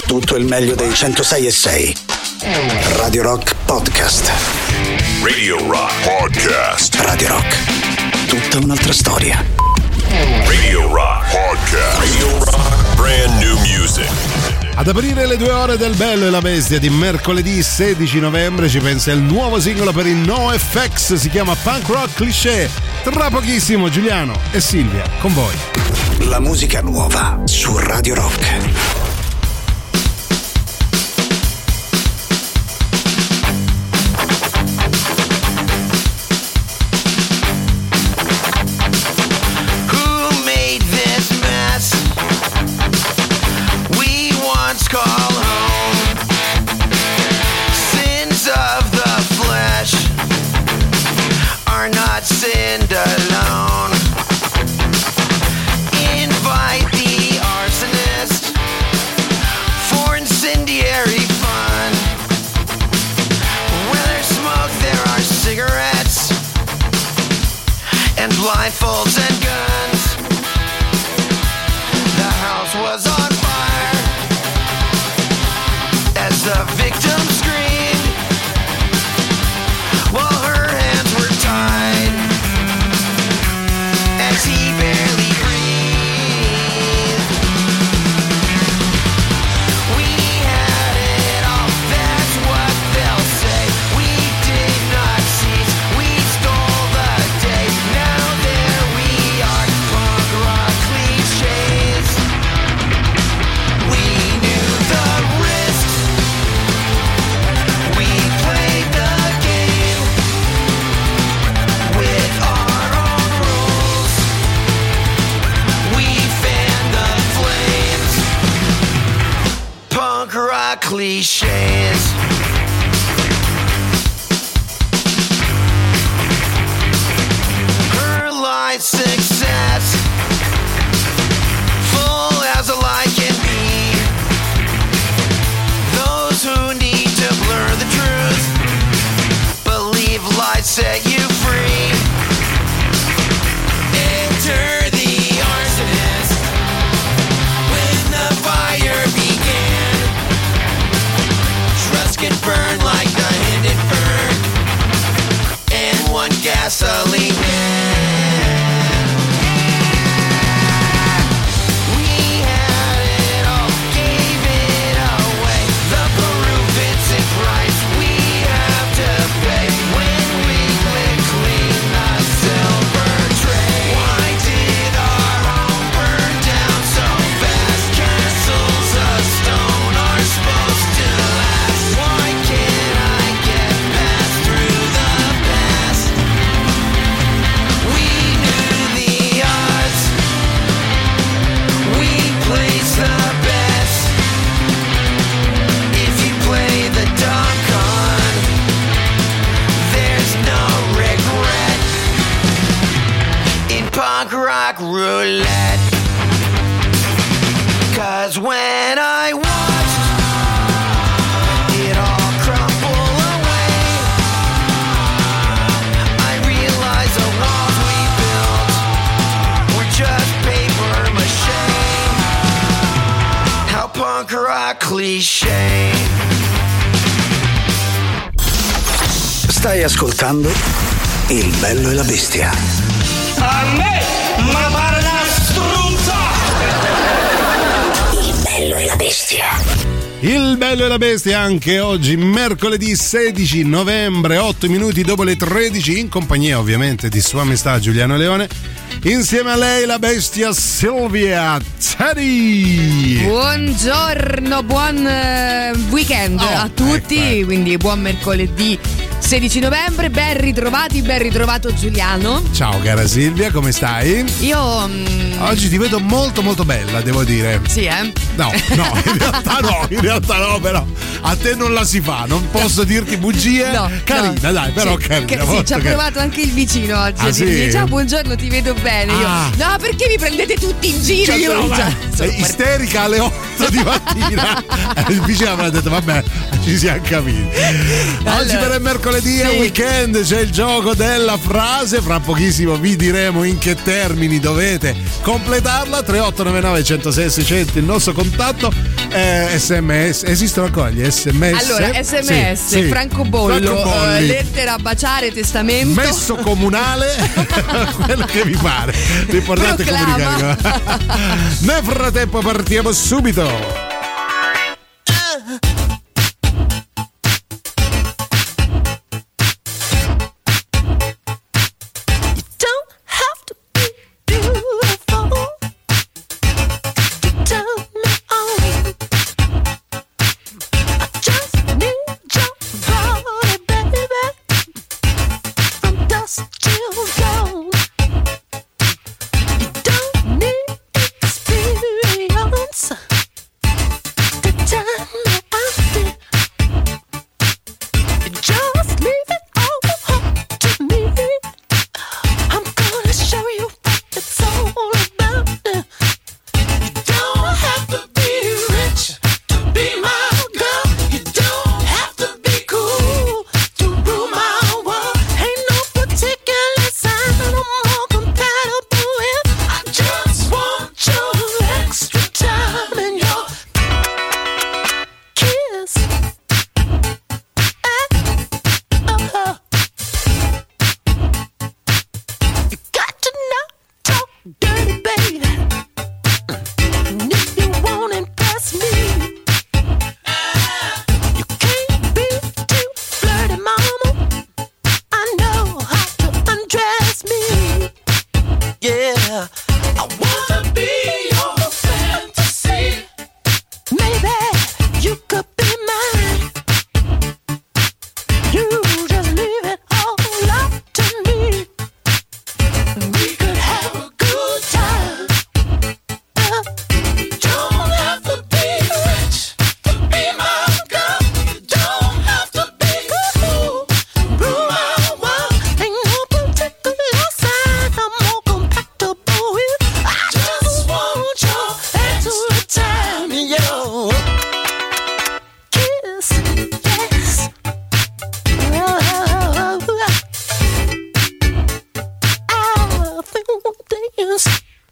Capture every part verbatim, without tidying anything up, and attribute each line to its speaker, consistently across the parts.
Speaker 1: tutto il meglio dei centosei e sei. Radio Rock Podcast.
Speaker 2: Radio Rock Podcast.
Speaker 1: Radio Rock. Tutta un'altra storia.
Speaker 2: Radio Rock Podcast. Radio Rock Brand New Music.
Speaker 3: Ad aprire le due ore del Bello e la Bestia di mercoledì sedici novembre ci pensa il nuovo singolo per i NoFX, si chiama Punk Rock Cliché. Tra pochissimo Giuliano e Silvia con voi.
Speaker 1: La musica nuova su Radio Rock.
Speaker 4: Call home. Sins of the flesh are not sinned alone. Invite the arsonist for incendiary fun. Where there's smoke there are cigarettes and blindfolds and guns. The house was on fire as the victim screamed while her hands were tied as he barely breathed. We had it all, that's what they'll say. We did not cease, we stole the day. Now there we are, punk rock cliches. We knew the risks, we played the game with our own rules. We fanned the flames. Punk rock cliches. Her life success, full as a lie can be. Those who need to blur the truth believe lies set you free. Enter the arsonist when the fire began. Trust can burn like the Hindenburg and one gasoline man. We had it all, gave it away. The Peru Vincent price we have to pay when we lick clean the silver tray. Why did our home burn down so fast? Castles of stone are supposed to last. Why can't I get past through the past? We knew the odds, we placed the best. If you play the dumb con, there's no regret in punk rock roulette. Cause when I watched it all crumble away, I realized the walls we built were just paper mache. How punk rock cliché.
Speaker 1: Stai ascoltando Il Bello e la Bestia.
Speaker 5: A me, ma pare una struzza!
Speaker 1: Il Bello e la Bestia.
Speaker 3: Il Bello e la Bestia anche oggi mercoledì sedici novembre, otto minuti dopo le tredici, in compagnia ovviamente di Sua Maestà Giuliano Leone. Insieme a lei la bestia Silvia Teddy.
Speaker 6: Buongiorno, buon eh, weekend
Speaker 3: Oh,
Speaker 6: a tutti,
Speaker 3: ecco, ecco.
Speaker 6: quindi buon mercoledì sedici novembre, ben ritrovati, ben ritrovato Giuliano.
Speaker 3: Ciao cara Silvia, come stai?
Speaker 6: Io mm,
Speaker 3: Oggi ti vedo molto molto bella, devo dire.
Speaker 6: sì, eh?
Speaker 3: No, no, in realtà no, in realtà no, però a te non la si fa, non posso dirti bugie.
Speaker 6: No,
Speaker 3: carina,
Speaker 6: no.
Speaker 3: dai, però
Speaker 6: Sì,
Speaker 3: carina.
Speaker 6: che- sì,
Speaker 3: molto
Speaker 6: ci ha
Speaker 3: carina.
Speaker 6: provato anche il vicino oggi
Speaker 3: Ah,
Speaker 6: a dirmi
Speaker 3: sì?
Speaker 6: ciao, buongiorno, ti vedo bene. Io,
Speaker 3: Ah.
Speaker 6: no, perché mi prendete tutti in giro?
Speaker 3: Giro,
Speaker 6: Sono
Speaker 3: ma-
Speaker 6: già- sono
Speaker 3: sei isterica alle otto di mattina. E il vicino avrà detto vabbè, ci siamo capiti.
Speaker 6: Allora,
Speaker 3: Oggi per il mercoledì è
Speaker 6: sì.
Speaker 3: weekend, c'è il gioco della frase, fra pochissimo vi diremo in che termini dovete completarla. Tre otto nove nove uno zero sei sei zero zero il nostro contatto, eh, sms, esistono ancora gli sms?
Speaker 6: Allora, sms,
Speaker 3: Sì, sì.
Speaker 6: francobollo,
Speaker 3: Francobolli.
Speaker 6: eh, lettera, baciare, testamento.
Speaker 3: Messo comunale, quello che vi pare. L'importante è
Speaker 6: Proclama.
Speaker 3: comunicare. Nel frattempo partiamo subito.
Speaker 4: Don't have to be beautiful to turn me on. I just need your body, baby, from dusk till dawn. You don't need experience to turn me on. You just leave it all up to me. I'm gonna show you what it's all about. You don't have to be rich to be my girl. You don't have to be cool to rule my world. Ain't no particular sign I'm more compatible with. I just want your extra time and your kiss. Eh, uh-huh. You got to not talk dirty, baby. And if you won't impress me, you can't be too flirty, mama. I know how to undress me. Yeah, I wanna be your fantasy. Maybe you could be mine. You just leave it all up to me. We could have a good time. Uh, you don't have to be rich to be my girl. You don't have to be cool, rule my world. Ain't no particular sign I'm more compatible with. I just want your extra time and your kiss. Yes. Oh, I feel dance.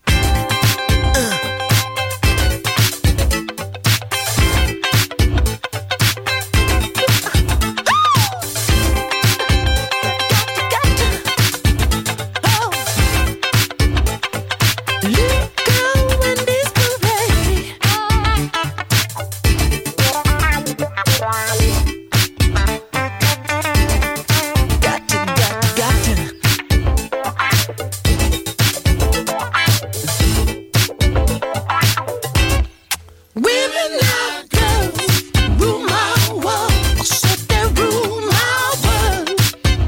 Speaker 4: Women and girls rule my world. I said they rule my world.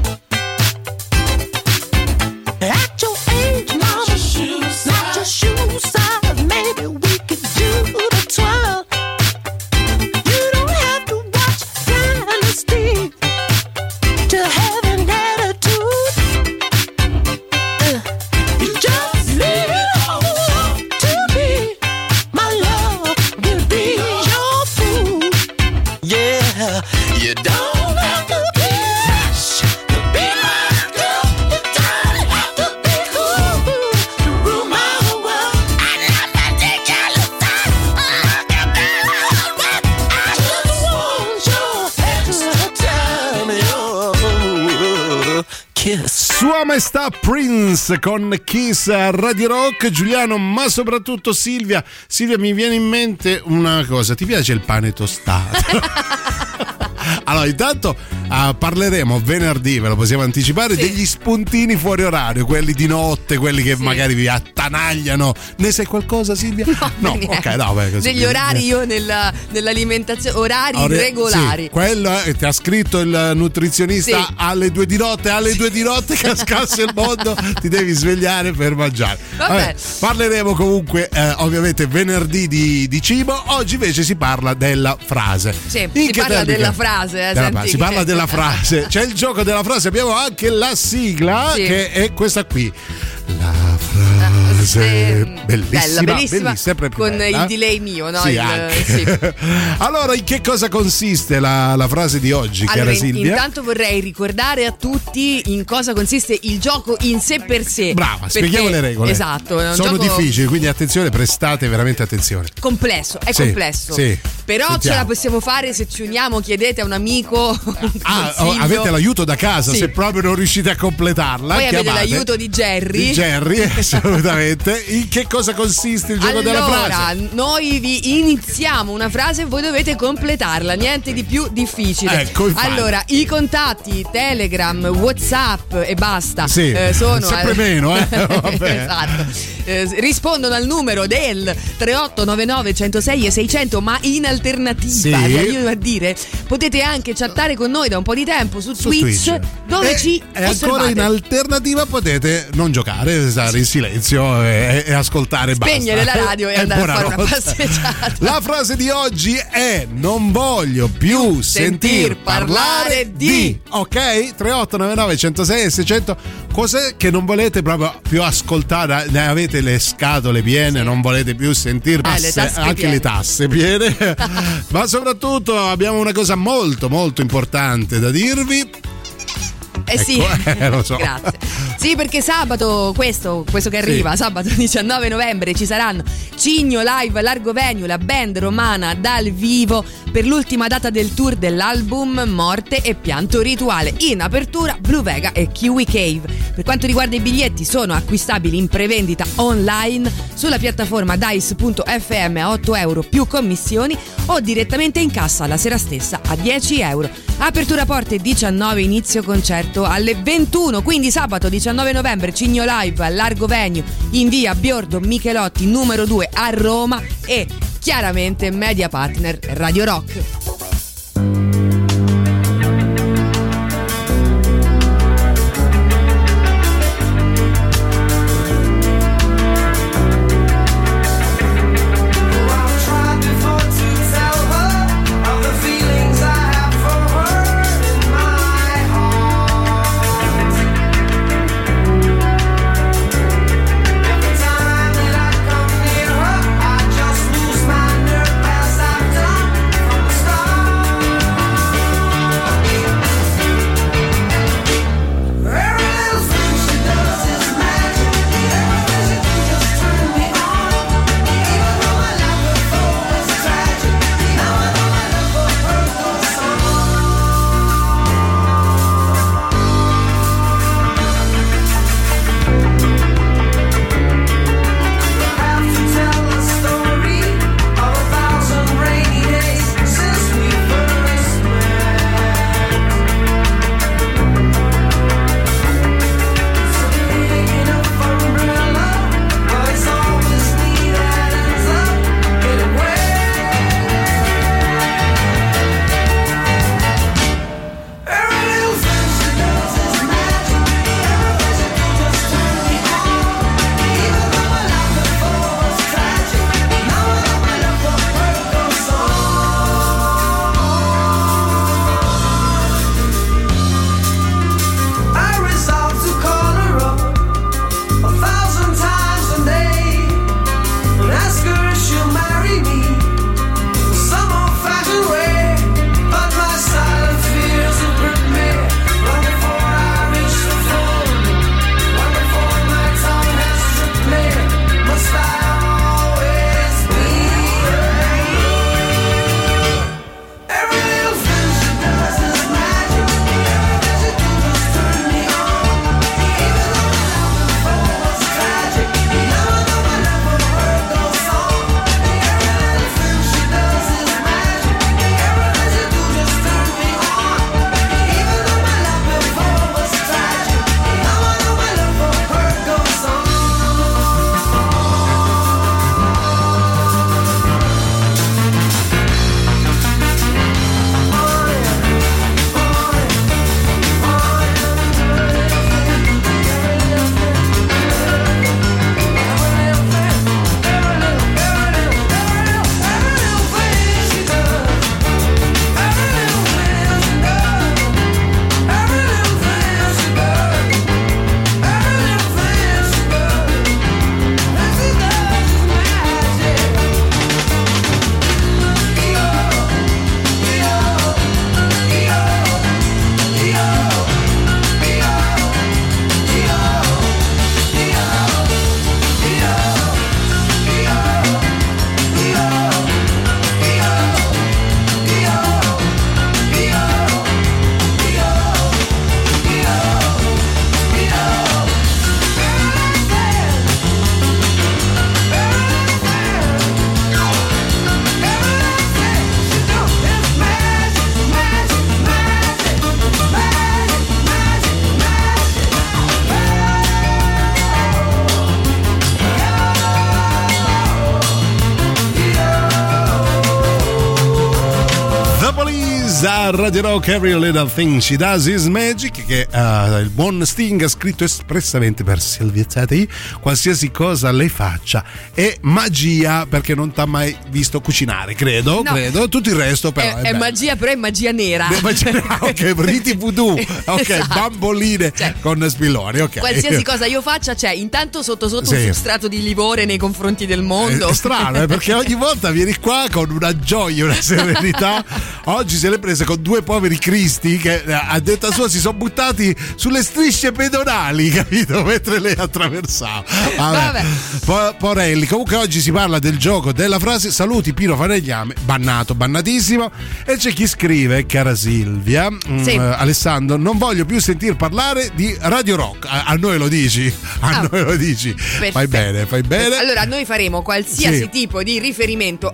Speaker 4: At your age, mama, not your shoe size. Maybe we could do the twirl. You don't have to watch Dynasty to have an attitude. Uh, you just leave it all up to me. My love will be your food. Yeah, you don't have to be rich to be my girl. You don't have to be cool to rule my world. I love that ridiculous stuff. I just want your extra time and your kiss.
Speaker 3: Sua Maestà Prince con Kiss a Radio Rock. Giuliano, ma soprattutto Silvia. Silvia, mi viene in mente una cosa. Ti piace il pane tostato? Allora, intanto uh, parleremo venerdì, ve lo possiamo anticipare,
Speaker 6: Sì.
Speaker 3: degli spuntini fuori orario, quelli di notte, quelli che
Speaker 6: Sì.
Speaker 3: magari vi attanagliano. Ne sai qualcosa, Silvia?
Speaker 6: No, niente.
Speaker 3: ok, no, beh, così.
Speaker 6: Degli orari io nella, nell'alimentazione, orari
Speaker 3: Ore-
Speaker 6: regolari.
Speaker 3: Sì, quello eh, ti ha scritto il nutrizionista
Speaker 6: Sì.
Speaker 3: alle due di notte, alle due di notte cascasse il mondo, ti devi svegliare per mangiare.
Speaker 6: Vabbè.
Speaker 3: Parleremo comunque eh, ovviamente venerdì di, di cibo. Oggi invece si parla della frase.
Speaker 6: Sì,
Speaker 3: In
Speaker 6: si
Speaker 3: che
Speaker 6: parla
Speaker 3: termini?
Speaker 6: della frase, eh,
Speaker 3: Della
Speaker 6: senti
Speaker 3: frase. Si
Speaker 6: che-
Speaker 3: parla della frase. C'è il gioco della frase, abbiamo anche la sigla
Speaker 6: Sì.
Speaker 3: che è questa qui. La frase bellissima,
Speaker 6: bella, bellissima,
Speaker 3: sempre più
Speaker 6: con
Speaker 3: bella.
Speaker 6: il delay mio, no?
Speaker 3: Sì,
Speaker 6: il,
Speaker 3: anche.
Speaker 6: sì.
Speaker 3: Allora, in che cosa consiste la, la frase di oggi,
Speaker 6: Allora,
Speaker 3: cara
Speaker 6: in-
Speaker 3: Silvia?
Speaker 6: intanto vorrei ricordare a tutti in cosa consiste il gioco in sé per sé.
Speaker 3: Brava,
Speaker 6: Perché-
Speaker 3: spieghiamo le regole.
Speaker 6: Esatto, è un
Speaker 3: Sono
Speaker 6: gioco
Speaker 3: difficili, quindi attenzione, prestate veramente attenzione.
Speaker 6: complesso, è
Speaker 3: Sì,
Speaker 6: complesso.
Speaker 3: sì.
Speaker 6: Però ce
Speaker 3: Sentiamo.
Speaker 6: la possiamo fare se ci uniamo, chiedete a un amico. un
Speaker 3: Ah, oh,
Speaker 6: consiglio.
Speaker 3: avete l'aiuto da casa,
Speaker 6: Sì.
Speaker 3: se proprio non riuscite a completarla.
Speaker 6: Poi avete
Speaker 3: chiamate.
Speaker 6: l'aiuto di Jerry.
Speaker 3: Di Jerry, assolutamente. In che cosa consiste il gioco della
Speaker 6: Allora,
Speaker 3: frase?
Speaker 6: noi vi iniziamo una frase e voi dovete completarla, niente di più difficile.
Speaker 3: Ecco, infatti.
Speaker 6: Allora, i contatti Telegram, WhatsApp e basta
Speaker 3: Sì,
Speaker 6: eh, sono
Speaker 3: sempre meno, eh? Vabbè.
Speaker 6: esatto. Eh, rispondono al numero del tre otto nove nove uno zero sei e seicento, ma in alternativa,
Speaker 3: Sì.
Speaker 6: vi aiuto a dire, potete anche chattare con noi da un po' di tempo su,
Speaker 3: Su
Speaker 6: Twitch,
Speaker 3: Twitch.
Speaker 6: dove
Speaker 3: e,
Speaker 6: ci
Speaker 3: e ancora
Speaker 6: osservate.
Speaker 3: in alternativa potete non giocare, stare in silenzio e, e ascoltare e
Speaker 6: Spegnere
Speaker 3: basta.
Speaker 6: la radio e andare a fare una
Speaker 3: buonanotte.
Speaker 6: passeggiata.
Speaker 3: La frase di oggi è: non voglio più sentir,
Speaker 6: sentir
Speaker 3: parlare
Speaker 6: parlare
Speaker 3: di.
Speaker 6: di.
Speaker 3: Ok? tre otto nove nove uno zero sei e seicento. Cos'è che non volete proprio più ascoltare? Ne avete le scatole piene, non volete più sentir
Speaker 6: Eh, le tasche
Speaker 3: anche
Speaker 6: piene.
Speaker 3: le tasse piene. Ma soprattutto abbiamo una cosa molto molto importante da dirvi.
Speaker 6: Eh sì,
Speaker 3: Ecco, eh, lo so.
Speaker 6: grazie. Sì, perché sabato, questo, questo che arriva,
Speaker 3: Sì.
Speaker 6: sabato diciannove novembre ci saranno Cigno Live Largo Venue, la band romana dal vivo per l'ultima data del tour dell'album Morte e Pianto Rituale. In apertura Blue Vega e Kiwi Cave. Per quanto riguarda i biglietti, sono acquistabili in prevendita online sulla piattaforma dice punto effe emme a otto euro più commissioni o direttamente in cassa la sera stessa a dieci euro. Apertura porte diciannove, inizio concerto alle ventuno, quindi sabato diciannove novembre Cigno Live al Largo Venue in via Biordo Michelotti numero due a Roma e chiaramente media partner Radio Rock.
Speaker 4: Start
Speaker 3: Keys a Radio Rock, Every Little Thing She Does Is Magic, che uh, il buon Sting ha scritto espressamente per Silvia Teti. Qualsiasi cosa lei faccia è magia, perché non t'ha mai visto cucinare, credo,
Speaker 6: No.
Speaker 3: credo. Tutto il resto però
Speaker 6: È,
Speaker 3: è,
Speaker 6: è
Speaker 3: bello.
Speaker 6: magia, però è magia nera.
Speaker 3: È magia- ok, riti voodoo, ok,
Speaker 6: Esatto.
Speaker 3: bamboline
Speaker 6: Cioè,
Speaker 3: con spilloni, ok.
Speaker 6: Qualsiasi cosa io faccia c'è intanto sotto sotto
Speaker 3: Sì.
Speaker 6: un substrato di livore nei confronti del mondo.
Speaker 3: È strano, eh, perché ogni volta vieni qua con una gioia, una serenità. Oggi se l'è presa con due poveri cristi che eh, a detta sua si sono buttati sulle strisce pedonali, capito? Mentre lei attraversava. Vabbè.
Speaker 6: Vabbè.
Speaker 3: Po- Porelli. Comunque oggi si parla del gioco della frase saluti Pino Falegname, bannato, bannatissimo. E c'è chi scrive, cara Silvia, mm,
Speaker 6: Sì.
Speaker 3: eh, Alessandro, non voglio più sentir parlare di Radio Rock. A, a noi lo dici, a
Speaker 6: Ah.
Speaker 3: noi lo dici. Fai
Speaker 6: Perfetto.
Speaker 3: bene, fai bene.
Speaker 6: Allora, noi faremo qualsiasi
Speaker 3: Sì.
Speaker 6: tipo di riferimento,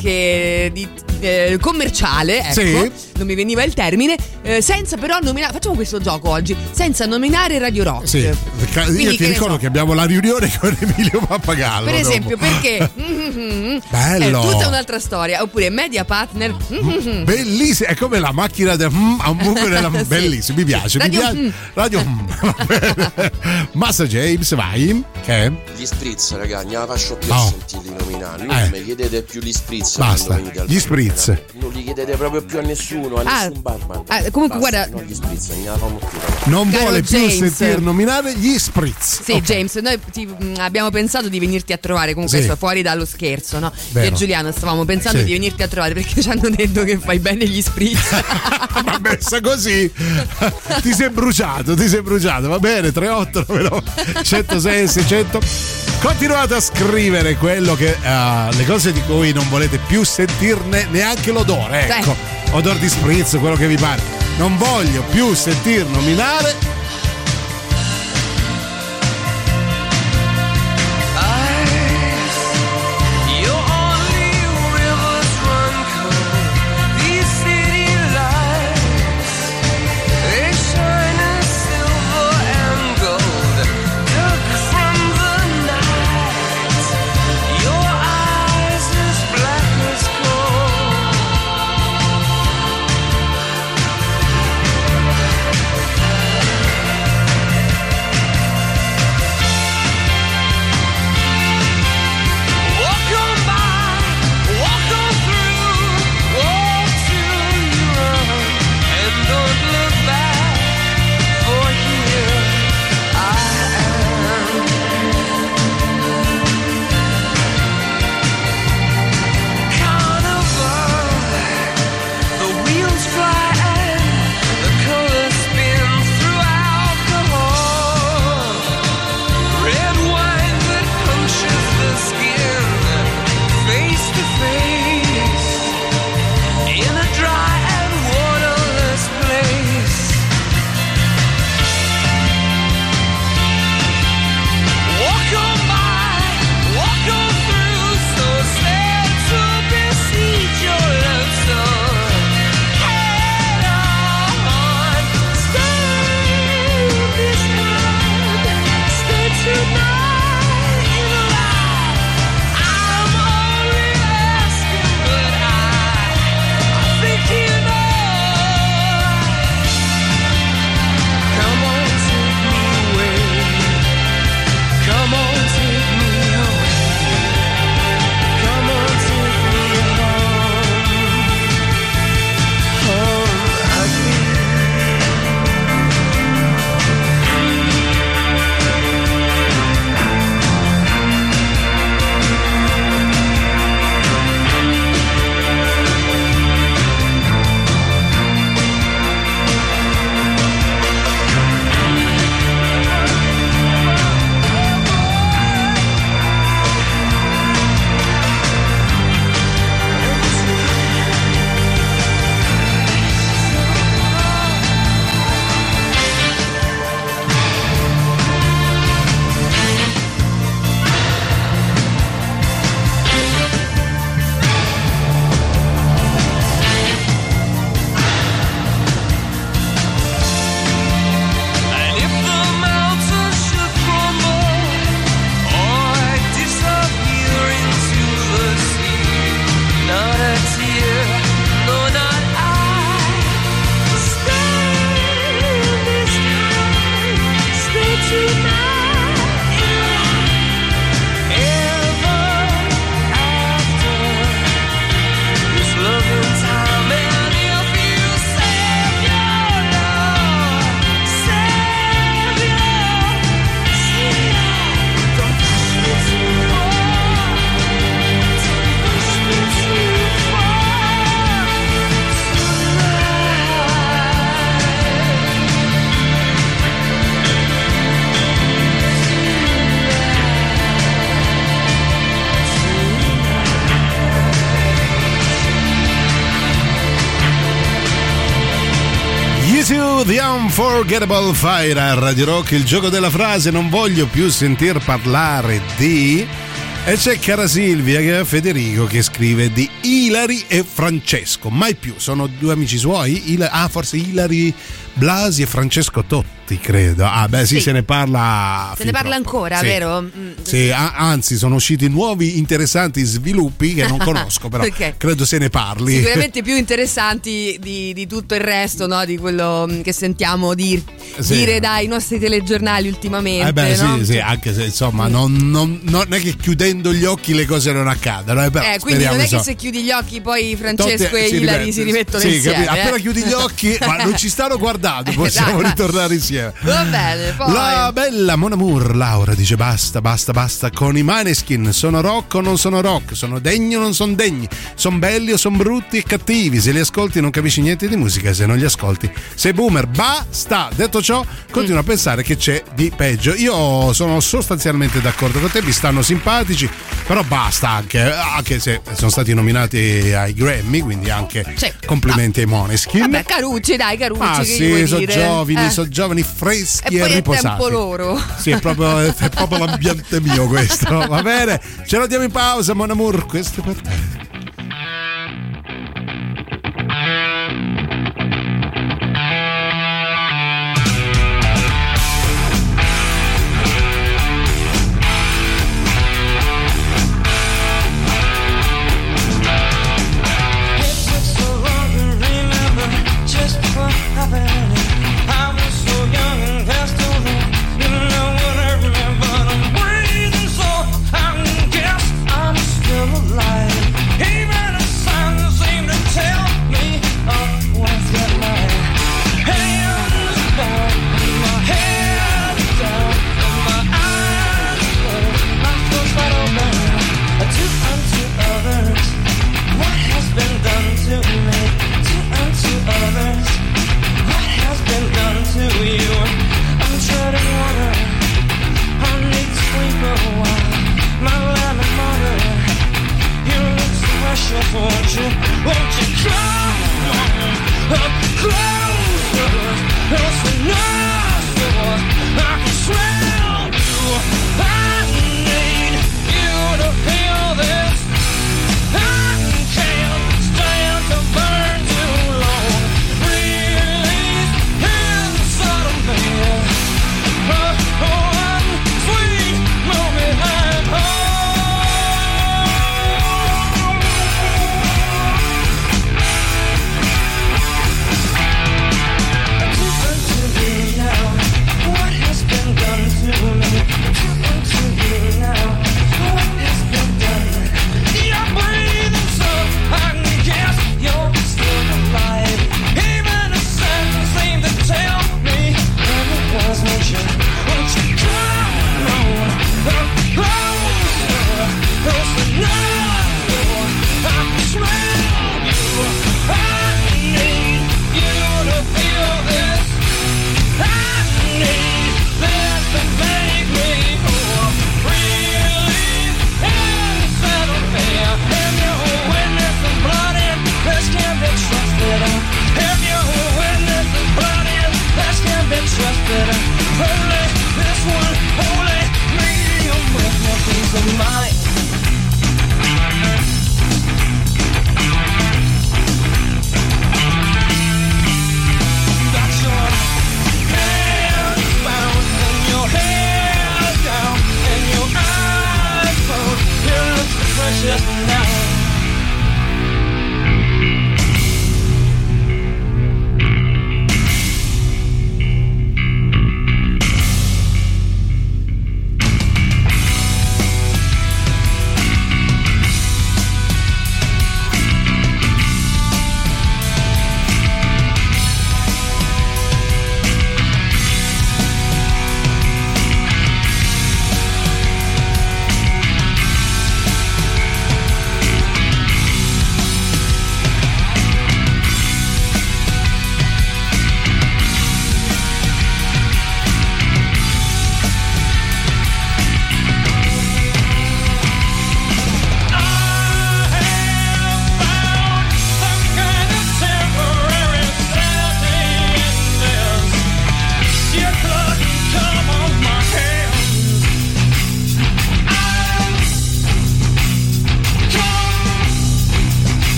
Speaker 6: anche di, eh, commerciale, ecco,
Speaker 3: Sì.
Speaker 6: non mi veniva il termine, eh, senza però nominare. Facciamo questo gioco oggi, senza nominare Radio Rock.
Speaker 3: Sì, Ca- io
Speaker 6: Quindi,
Speaker 3: ti
Speaker 6: che ne
Speaker 3: ricordo
Speaker 6: so,
Speaker 3: che abbiamo la riunione con Emilio Pappagallo.
Speaker 6: per esempio,
Speaker 3: dopo.
Speaker 6: perché mm-hmm,
Speaker 3: Bello.
Speaker 6: è tutta un'altra storia. Oppure Media Partner, mm-hmm,
Speaker 3: Bellissimo, è come la macchina del mm, hamburger della
Speaker 6: Sì.
Speaker 3: bellissimo, mi piace,
Speaker 6: Radio
Speaker 3: mi piace.
Speaker 6: mm.
Speaker 3: Radio mm, va bene. Massa James, vai. Che?
Speaker 7: Gli spritz, raga, non la faccio più
Speaker 3: Oh.
Speaker 7: a sentirli nominare. Non
Speaker 3: Eh.
Speaker 7: mi chiedete più gli spritz.
Speaker 3: Basta,
Speaker 7: quando venite al
Speaker 3: gli
Speaker 7: programma.
Speaker 3: spritz.
Speaker 7: Non li chiedete proprio più a nessuno, a
Speaker 6: Ah,
Speaker 7: nessun barman.
Speaker 6: ah, comunque,
Speaker 7: Basta,
Speaker 6: guarda-
Speaker 7: non gli spritz, non la famo più. raga.
Speaker 3: Non
Speaker 6: Caro
Speaker 3: vuole più
Speaker 6: James.
Speaker 3: sentir nominare gli spritz.
Speaker 6: Sì,
Speaker 3: Ok.
Speaker 6: James, noi ti- mh, abbiamo pensato di venirti a trovare, comunque
Speaker 3: Sì.
Speaker 6: sto fuori dallo scherzo, no?
Speaker 3: Vero.
Speaker 6: Io e Giuliano stavamo pensando
Speaker 3: Sì.
Speaker 6: di venirti a trovare perché ci hanno detto che fai bene gli spritz.
Speaker 3: Ma messa così ti sei bruciato, ti sei bruciato, va bene, tre otto nove centosei seicento. Continuate a scrivere quello che eh, le cose di cui non volete più sentirne neanche l'odore, ecco. Odor di spritz, quello che vi pare. Non voglio più sentir nominare.
Speaker 4: Your only rivers run cold. These city lights, they shine as silver and gold. Look from the night. Your eyes as black as coal.
Speaker 3: Sisu, The Unforgettable Fire a Radio Rock, il gioco della frase. Non voglio più sentir parlare di... E c'è cara Silvia che è Federico che scrive di Ilari e Francesco. Mai più, sono due amici suoi. Il... Ah, forse Ilari Blasi e Francesco Totti, credo. Ah, beh, sì,
Speaker 6: Sì.
Speaker 3: se ne parla.
Speaker 6: Se ne parla
Speaker 3: troppo.
Speaker 6: ancora,
Speaker 3: Sì.
Speaker 6: vero? Mm,
Speaker 3: Sì, a- anzi, sono usciti nuovi interessanti sviluppi che non conosco, però
Speaker 6: Ok.
Speaker 3: credo se ne parli.
Speaker 6: Sicuramente più interessanti di, di tutto il resto, no? Di quello che sentiamo dir-
Speaker 3: Sì.
Speaker 6: dire dai nostri telegiornali ultimamente.
Speaker 3: Eh beh,
Speaker 6: no?
Speaker 3: sì, sì, anche se insomma non, non- non è che chiudendo gli occhi le cose non accadono, eh, però
Speaker 6: Eh, quindi
Speaker 3: speriamo,
Speaker 6: non è che
Speaker 3: insomma.
Speaker 6: se chiudi gli occhi poi Francesco
Speaker 3: Totti,
Speaker 6: e
Speaker 3: si
Speaker 6: Ilari
Speaker 3: ripete.
Speaker 6: si rimettono
Speaker 3: Sì,
Speaker 6: insieme.
Speaker 3: capito? Appena
Speaker 6: eh.
Speaker 3: chiudi gli occhi, ma non ci stanno guardando, possiamo
Speaker 6: Dai.
Speaker 3: ritornare insieme.
Speaker 6: Va bene, poi.
Speaker 3: La bella Mon Amour Laura dice basta, basta, basta con i Maneskin. Sono rock o non sono rock? Sono degni o non sono degni? Sono belli o sono brutti e cattivi? Se li ascolti non capisci niente di musica, se non li ascolti sei boomer. Basta! Detto ciò, continuo a pensare che c'è di peggio. Io sono sostanzialmente d'accordo con te, mi stanno simpatici, però basta anche, anche se sono stati nominati ai Grammy, quindi anche
Speaker 6: Sì.
Speaker 3: complimenti ai Måneskin.
Speaker 6: Vabbè, Carucci, dai, Carucci,
Speaker 3: Ah
Speaker 6: che
Speaker 3: sì,
Speaker 6: gli vuoi
Speaker 3: sono
Speaker 6: dire?
Speaker 3: giovani,
Speaker 6: Eh.
Speaker 3: sono giovani, freschi
Speaker 6: E
Speaker 3: e,
Speaker 6: poi è
Speaker 3: riposati.
Speaker 6: tempo loro.
Speaker 3: Sì, è proprio, è proprio l'ambiente mio questo. Va bene? Ce lo diamo in pausa, Mon Amour, questo è per te.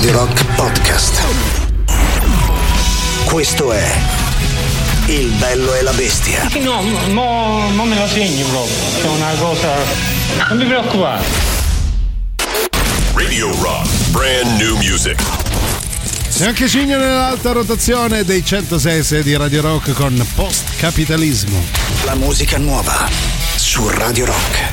Speaker 1: Radio Rock Podcast. Questo è Il Bello e la Bestia.
Speaker 5: Sì, no, mo, mo me lo segni proprio. È una cosa. Non mi preoccupare.
Speaker 2: Radio Rock, brand new music.
Speaker 3: E anche Cigno nell'alta rotazione dei centosei e sei di Radio Rock con Post Capitalismo.
Speaker 1: La musica nuova su Radio Rock.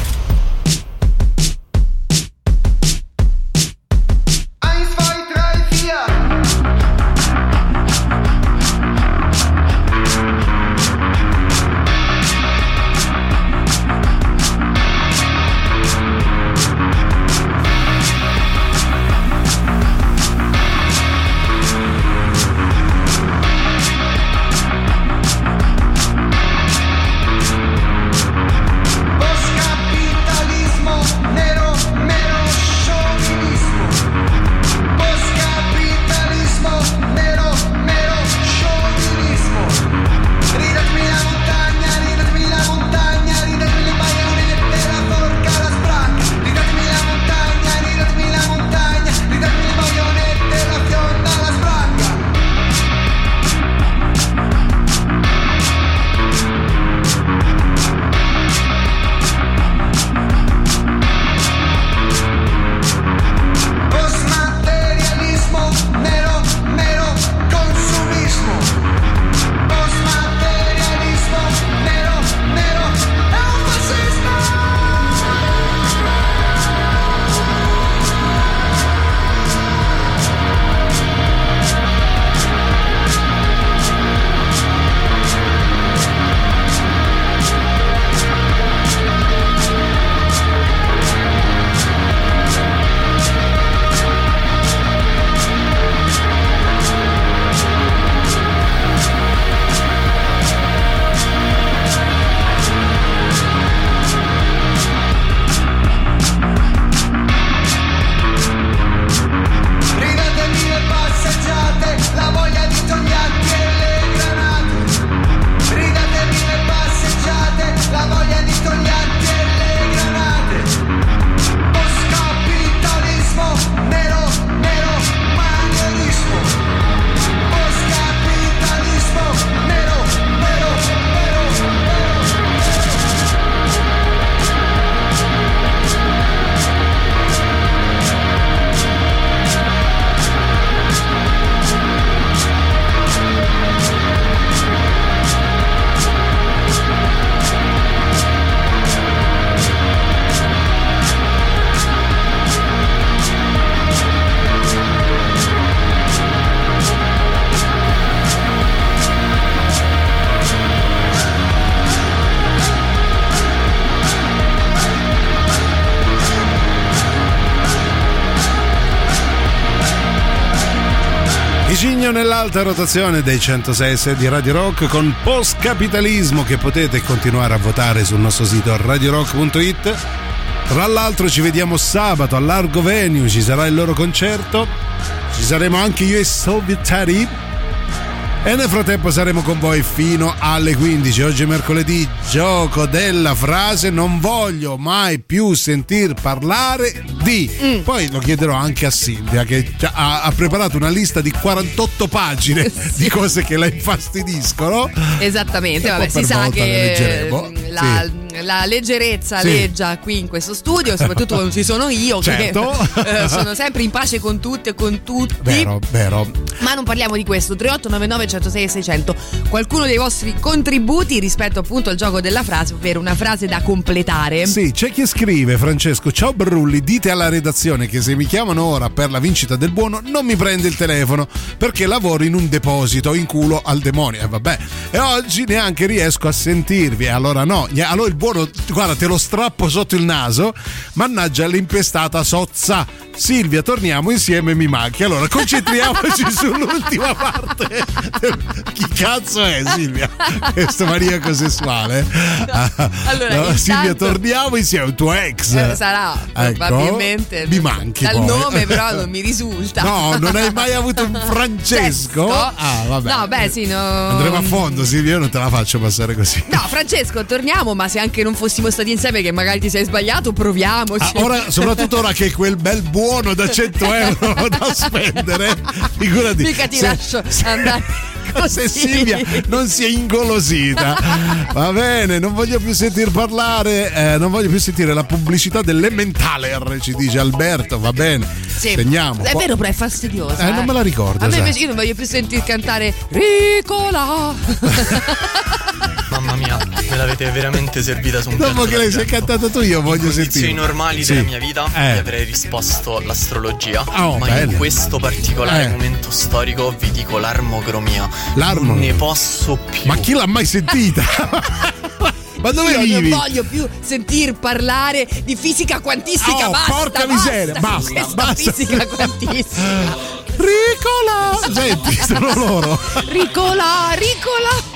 Speaker 3: Cigno nell'alta rotazione dei centosei e sei di Radio Rock con Post Capitalismo, che potete continuare a votare sul nostro sito radio rock punto it. Tra l'altro ci vediamo sabato al Largo Venue, ci sarà il loro concerto, ci saremo anche io e Sovietari e nel frattempo saremo con voi fino alle quindici. Oggi è mercoledì, gioco della frase non voglio mai più sentir parlare di. Mm. Poi lo chiederò anche a Silvia, che ha, ha preparato una lista di quarantotto pagine sì. di cose che la infastidiscono.
Speaker 6: Esattamente, vabbè, si sa che la, sì. la leggerezza sì. leggia qui in questo studio, soprattutto quando ci sono io,
Speaker 3: certo.
Speaker 6: che eh, sono sempre in pace con tutti e con tutti.
Speaker 3: Vero, vero.
Speaker 6: Ma non parliamo di questo. tre otto nove nove centosei seicento. Qualcuno dei vostri contributi rispetto appunto al gioco della frase, ovvero una frase da completare.
Speaker 3: Sì, c'è chi scrive: Francesco, ciao Brulli, dite alla redazione che se mi chiamano ora per la vincita del buono non mi prende il telefono perché lavoro in un deposito in culo al demonio. E eh, vabbè, e oggi neanche riesco a sentirvi. E allora no, allora il buono, guarda, te lo strappo sotto il naso. Mannaggia l'impestata sozza. Silvia, torniamo insieme, mi manchi. Allora concentriamoci sull'ultima parte. Chi cazzo è Silvia? Questo maniaco sessuale?
Speaker 6: No. Allora,
Speaker 3: no,
Speaker 6: intanto,
Speaker 3: Silvia, torniamo insieme, un tuo ex.
Speaker 6: Eh, sarà, ecco, probabilmente.
Speaker 3: Mi manchi
Speaker 6: dal
Speaker 3: poi.
Speaker 6: nome, però non mi risulta.
Speaker 3: No, non hai mai avuto un Francesco?
Speaker 6: Ah,
Speaker 3: vabbè.
Speaker 6: No, beh, sì, no.
Speaker 3: Andremo a fondo, Silvia, io non te la faccio passare così.
Speaker 6: No, Francesco, torniamo, ma se anche anche non fossimo stati insieme, che magari ti sei sbagliato, proviamoci.
Speaker 3: Ah, ora, soprattutto ora che quel bel buono da cento euro da spendere, figurati.
Speaker 6: Mica ti
Speaker 3: se,
Speaker 6: lascio
Speaker 3: se,
Speaker 6: andare così.
Speaker 3: Se Silvia non si è ingolosita, va bene, non voglio più sentir parlare, eh, non voglio più sentire la pubblicità dell'Emmentaler, ci dice Alberto, va bene.
Speaker 6: Sì.
Speaker 3: Segniamo.
Speaker 6: È vero, però è fastidiosa.
Speaker 3: Eh,
Speaker 6: eh.
Speaker 3: non me la ricordo.
Speaker 6: A me
Speaker 3: sai.
Speaker 6: invece io non voglio più sentir cantare Ricola.
Speaker 8: Mamma mia, me l'avete veramente servita su un
Speaker 3: Dopo
Speaker 8: piatto
Speaker 3: che lei si è
Speaker 8: d'argento.
Speaker 3: cantata tu, io voglio
Speaker 8: In
Speaker 3: sentire.
Speaker 8: condizioni normali
Speaker 3: Sì.
Speaker 8: della mia vita
Speaker 3: Eh.
Speaker 8: vi avrei risposto l'astrologia,
Speaker 3: Oh,
Speaker 8: ma
Speaker 3: bello.
Speaker 8: in questo particolare
Speaker 3: Eh.
Speaker 8: momento storico vi dico l'armogromia.
Speaker 3: L'armo.
Speaker 8: Non ne posso più.
Speaker 3: Ma chi l'ha mai sentita? Ma dove
Speaker 6: Io
Speaker 3: vivi?
Speaker 6: non voglio più sentir parlare di fisica quantistica.
Speaker 3: Oh,
Speaker 6: basta,
Speaker 3: porca
Speaker 6: basta,
Speaker 3: miseria, basta,
Speaker 6: questa
Speaker 3: basta.
Speaker 6: Fisica quantistica.
Speaker 3: Ricola! Senti, sono loro.
Speaker 6: Ricola, Ricola.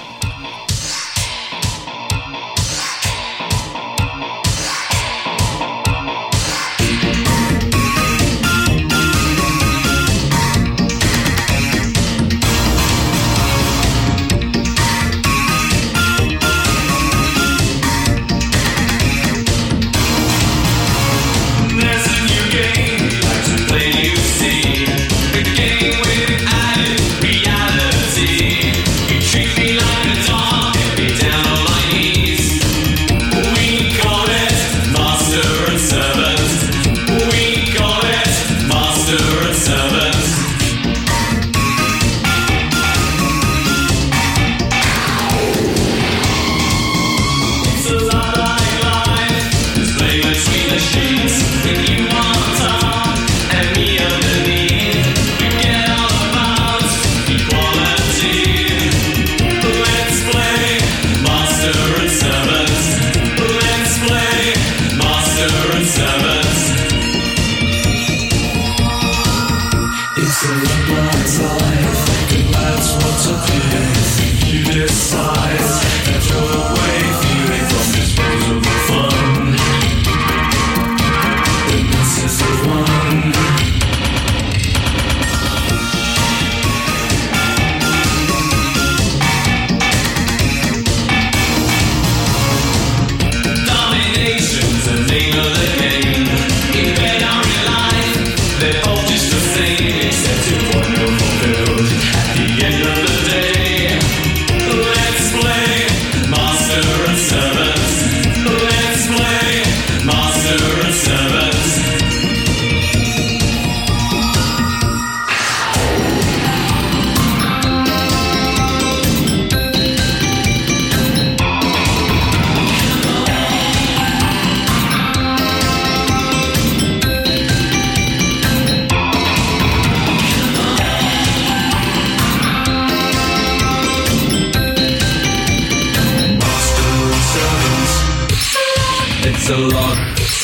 Speaker 9: It's a lot.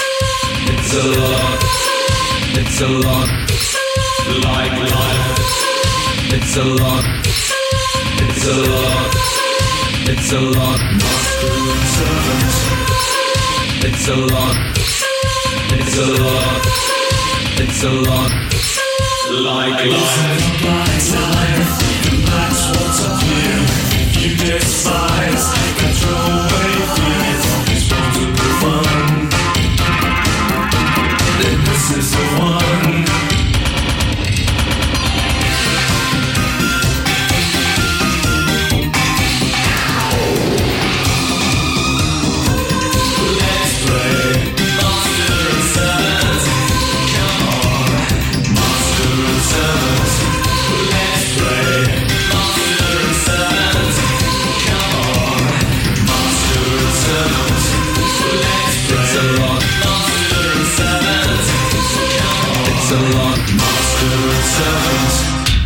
Speaker 9: It's a lot. It's a lot. Like life. It's a lot. It's a lot. It's a lot. Master and servant. It's a lot. It's a lot. It's a lot. Like life. Like life. And that's what's up here. You despise. And throw away feelings of disposable fun. Then this is the one. Let's play Master and Servant. Come on, Master and Servant. Let's play Master and Servant. Come on, Master and Servant. Let's play. It's a lot, Master and Servant. Come on, it's a lot, Master and Servant.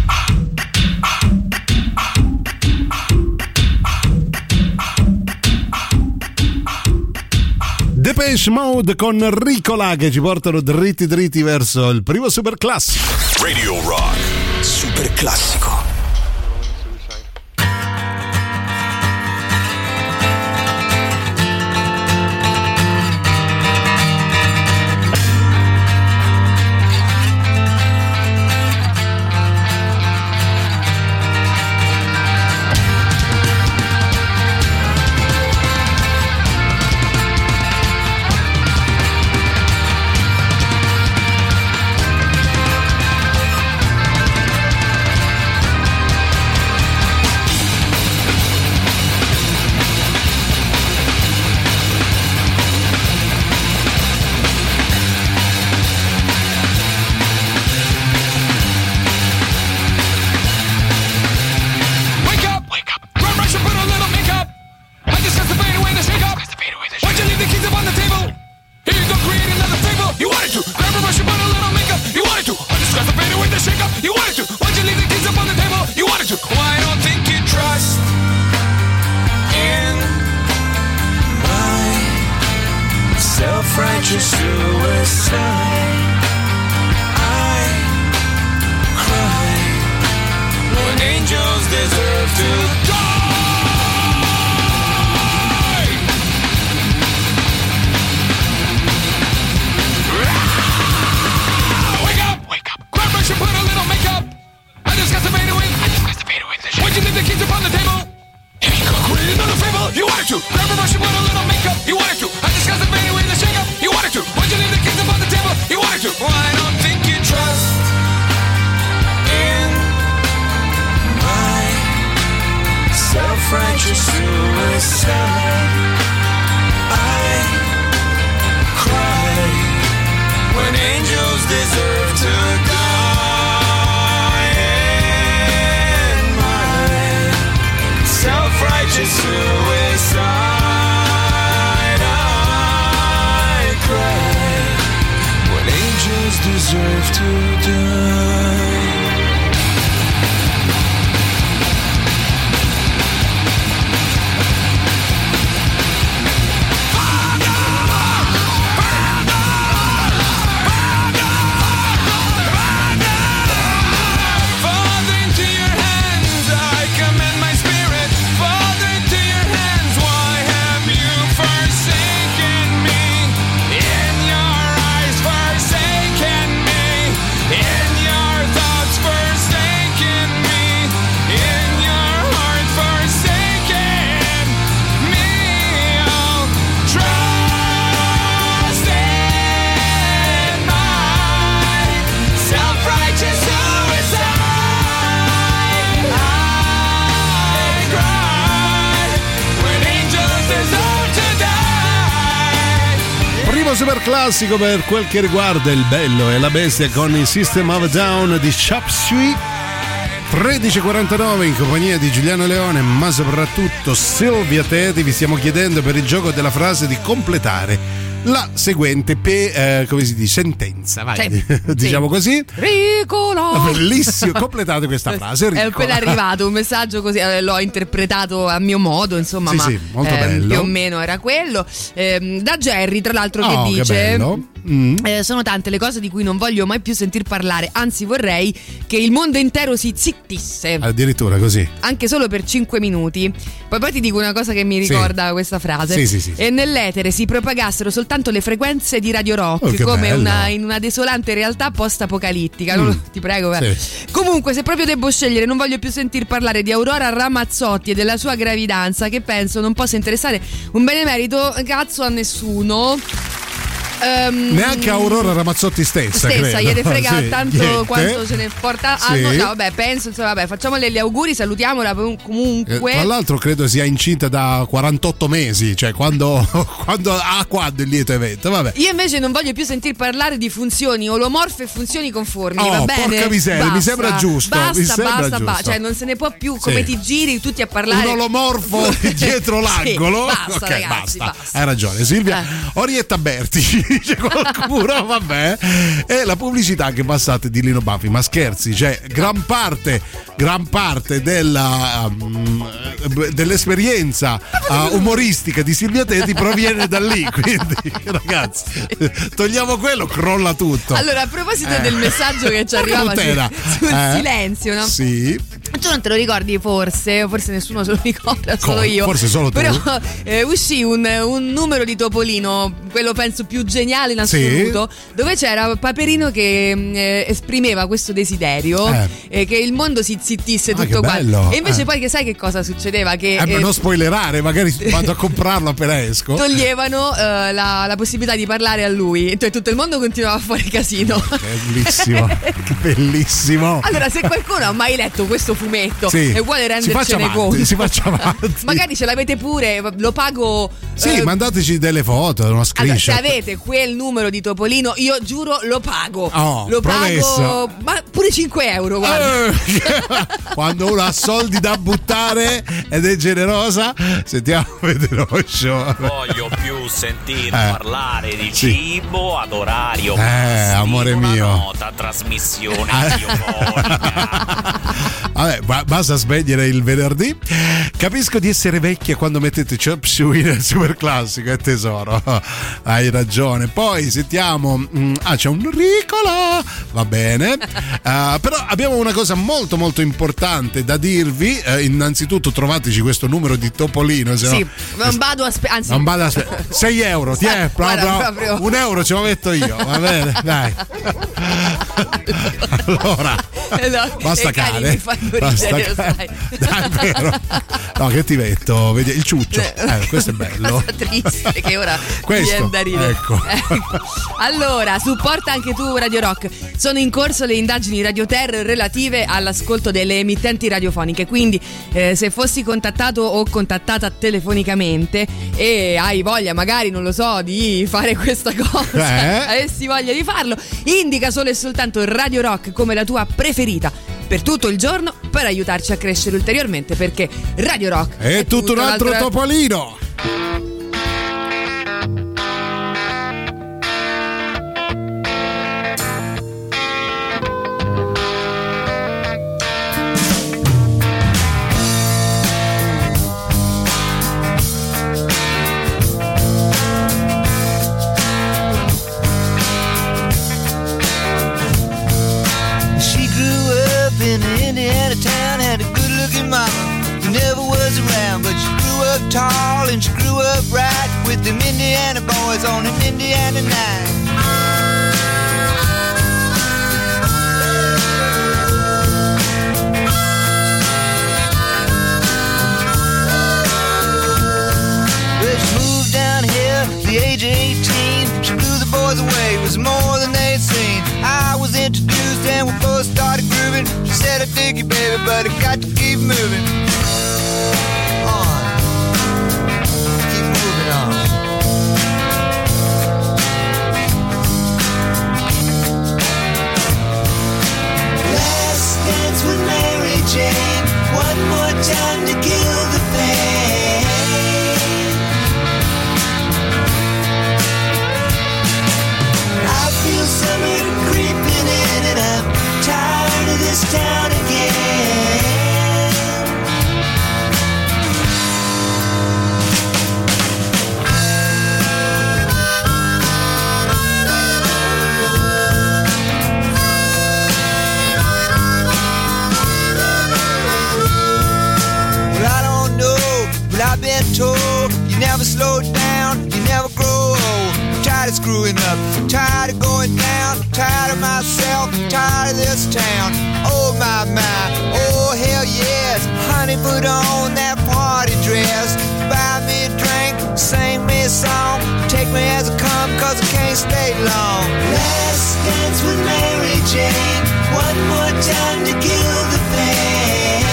Speaker 3: Depeche Mode con Ricola che ci portano dritti dritti verso il primo super classico.
Speaker 2: Radio Rock.
Speaker 1: Super classico.
Speaker 10: shake up? You wanted to. Why'd you leave the keys up on the table? You wanted to. Why don't think you trust in my self-righteous suicide? I cry when angels deserve to die. Should put a little makeup. I just got to fade away. I just got to fade away. Why'd you leave the keys upon the table? Here you go, quit another fable. You wanted to. Grab a brush and put a little makeup. You wanted to. I just got to fade away the shake up. You wanted to. Why'd you leave the keys upon the table? You wanted to. Well, I don't think you trust in my self-righteous suicide. I cry when angels deserve to die. Self-righteous suicide. I cry when angels deserve to die.
Speaker 3: Super classico per quel che riguarda il bello e la bestia con il System of a Down di Chop Suey. tredici e quarantanove in compagnia di Giuliano Leone, ma soprattutto Silvia Teti. Vi stiamo chiedendo per il gioco della frase di completare la seguente pe, eh, come si dice, sentenza, vai,
Speaker 6: sì,
Speaker 3: diciamo
Speaker 6: sì.
Speaker 3: così.
Speaker 6: Ricola.
Speaker 3: Bellissimo, completate questa frase.
Speaker 6: Ricola. È appena arrivato un messaggio così, eh, l'ho interpretato a mio modo, insomma,
Speaker 3: sì,
Speaker 6: ma
Speaker 3: sì, molto
Speaker 6: eh,
Speaker 3: bello.
Speaker 6: più o meno era quello. Eh, da Jerry, tra l'altro,
Speaker 3: oh,
Speaker 6: che dice:
Speaker 3: che bello. Mm.
Speaker 6: Eh, sono tante le cose di cui non voglio mai più sentir parlare, anzi vorrei che il mondo intero si zittisse.
Speaker 3: Addirittura così.
Speaker 6: Anche solo per cinque minuti. Poi poi ti dico una cosa che mi ricorda, sì, questa frase.
Speaker 3: Sì, sì, sì, sì.
Speaker 6: E nell'etere si propagassero soltanto le frequenze di Radio Rock,
Speaker 3: oh,
Speaker 6: come una, in una desolante realtà post-apocalittica. Mm. Ti prego, sì. Comunque, se proprio devo scegliere, non voglio più sentir parlare di Aurora Ramazzotti e della sua gravidanza, che penso non possa interessare un benemerito cazzo a nessuno. Um,
Speaker 3: neanche Aurora Ramazzotti stessa
Speaker 6: stessa
Speaker 3: credo.
Speaker 6: gliene frega
Speaker 3: sì,
Speaker 6: tanto
Speaker 3: niente.
Speaker 6: Quanto se ne porta. Ah,
Speaker 3: sì.
Speaker 6: no, no, vabbè, penso, insomma, vabbè, facciamole gli auguri, salutiamola comunque.
Speaker 3: Eh, tra l'altro credo sia incinta da quarantotto mesi, cioè quando, quando ah, quando il lieto evento, vabbè.
Speaker 6: Io invece non voglio più sentir parlare di funzioni olomorfe e funzioni conformi,
Speaker 3: oh,
Speaker 6: va bene?
Speaker 3: Porca miseria,
Speaker 6: basta,
Speaker 3: mi sembra giusto.
Speaker 6: Basta,
Speaker 3: mi sembra
Speaker 6: basta,
Speaker 3: giusto.
Speaker 6: basta, cioè non se ne può più, come
Speaker 3: sì.
Speaker 6: ti giri tutti a parlare.
Speaker 3: Un olomorfo dietro l'angolo.
Speaker 6: Sì, basta,
Speaker 3: ok,
Speaker 6: ragazzi,
Speaker 3: basta.
Speaker 6: basta.
Speaker 3: Hai ragione, Silvia.
Speaker 6: Eh.
Speaker 3: Orietta Berti dice qualcuno, vabbè. E la pubblicità che passate di Lino Banfi, ma scherzi, cioè gran parte, gran parte della um, dell'esperienza uh, umoristica di Silvia Teti proviene da lì, quindi ragazzi, togliamo quello, crolla tutto.
Speaker 6: Allora, a proposito
Speaker 3: eh.
Speaker 6: del messaggio che ci arrivava sul, sul
Speaker 3: eh.
Speaker 6: silenzio, no?
Speaker 3: Sì.
Speaker 6: Tu non te lo ricordi forse, o forse nessuno se lo ricorda, solo
Speaker 3: Come?
Speaker 6: io.
Speaker 3: Forse solo tu.
Speaker 6: Però eh, uscì un, un numero di Topolino, quello penso più geniale in assoluto, sì, dove c'era Paperino che eh, esprimeva questo desiderio, eh. Eh, che il mondo si zittisse
Speaker 3: ah,
Speaker 6: tutto
Speaker 3: quanto.
Speaker 6: E invece
Speaker 3: eh.
Speaker 6: poi che sai che cosa succedeva? Che
Speaker 3: eh,
Speaker 6: eh,
Speaker 3: non spoilerare, magari vado a comprarlo appena esco.
Speaker 6: Toglievano eh, la, la possibilità di parlare a lui, e tutto il mondo continuava a fare casino.
Speaker 3: Bellissimo, bellissimo.
Speaker 6: Allora, se qualcuno ha mai letto questo fumetto fumetto
Speaker 3: Sì.
Speaker 6: e vuole
Speaker 3: Si
Speaker 6: rendercene
Speaker 3: faccia avanti,
Speaker 6: conto.
Speaker 3: si faccia avanti.
Speaker 6: Magari ce l'avete pure, lo pago.
Speaker 3: Sì,
Speaker 6: eh,
Speaker 3: mandateci delle foto, uno
Speaker 6: allora, se
Speaker 3: screenshot.
Speaker 6: avete quel numero di Topolino, io giuro lo pago.
Speaker 3: Oh,
Speaker 6: lo
Speaker 3: promesso.
Speaker 6: pago, ma pure cinque euro, guarda.
Speaker 3: Eh, Quando uno ha soldi da buttare ed è generosa, sentiamo vedere lo show.
Speaker 11: Voglio più sentir
Speaker 3: Eh.
Speaker 11: parlare di
Speaker 3: Sì.
Speaker 11: cibo ad orario
Speaker 3: Eh,
Speaker 11: fisso.
Speaker 3: amore
Speaker 11: Una
Speaker 3: mio.
Speaker 11: nota trasmissione radiofonica.
Speaker 3: Vabbè, ba- basta spegnere il venerdì. Capisco di essere vecchia quando mettete Chop Suey nel super classico, è tesoro. Hai ragione. Poi sentiamo. mm, Ah, c'è un Ricola. Va bene. Uh, però abbiamo una cosa molto molto importante da dirvi. Uh, innanzitutto trovateci questo numero di Topolino. Se
Speaker 6: Sì,
Speaker 3: no,
Speaker 6: non vado a spe- anzi,
Speaker 3: non vado a spe- sei euro, ti è
Speaker 6: Guarda,
Speaker 3: proprio,
Speaker 6: proprio.
Speaker 3: un euro ce lo metto io, va bene, dai. Allora,
Speaker 6: no,
Speaker 3: basta
Speaker 6: i cani
Speaker 3: cane.
Speaker 6: mi fanno
Speaker 3: Basta
Speaker 6: ridere, lo
Speaker 3: cane.
Speaker 6: sai.
Speaker 3: Dai, è vero. No, che ti metto? Vedi, il ciuccio. Eh, questo è bello.
Speaker 6: Cosa triste che ora
Speaker 3: Questo,
Speaker 6: viene da ridere.
Speaker 3: ecco.
Speaker 6: Allora, supporta anche tu Radio Rock. Sono in corso le indagini Radio Terra relative all'ascolto delle emittenti radiofoniche, quindi eh, se fossi contattato o contattata telefonicamente e hai voglia magari, non lo so, di fare questa cosa,
Speaker 3: Eh?
Speaker 6: avessi voglia di farlo, indica solo e soltanto Radio Rock come la tua preferita per tutto il giorno per aiutarci a crescere ulteriormente, perché Radio Rock
Speaker 3: È tutto un altro
Speaker 6: un'altra-
Speaker 3: Topolino.
Speaker 12: She grew up in an Indiana town, had a good looking mama who never was around, but she grew up tall and she grew up right with them Indiana boys on an Indiana night. But she moved down here at the age of eighteen. She blew the boys away, it was more than they'd seen. I was introduced and we both started grooving. She said, I dig you, baby, but I got to keep moving on. Keep moving on. Last dance with Mary Jane. One more time to kill the pain. I feel summer creeping in and I'm tired of this town again. Well, I don't know, but I've been told you never slow down, you never grow old. I'm tired of screwing up, I'm tired of going down, I'm tired of myself, I'm tired of this town. Oh my, my, oh hell yes. Honey, put on that party dress, buy me a drink, sing me a song, take me as I come, cause I can't stay long. Last dance with Mary Jane, one more time to kill the pain.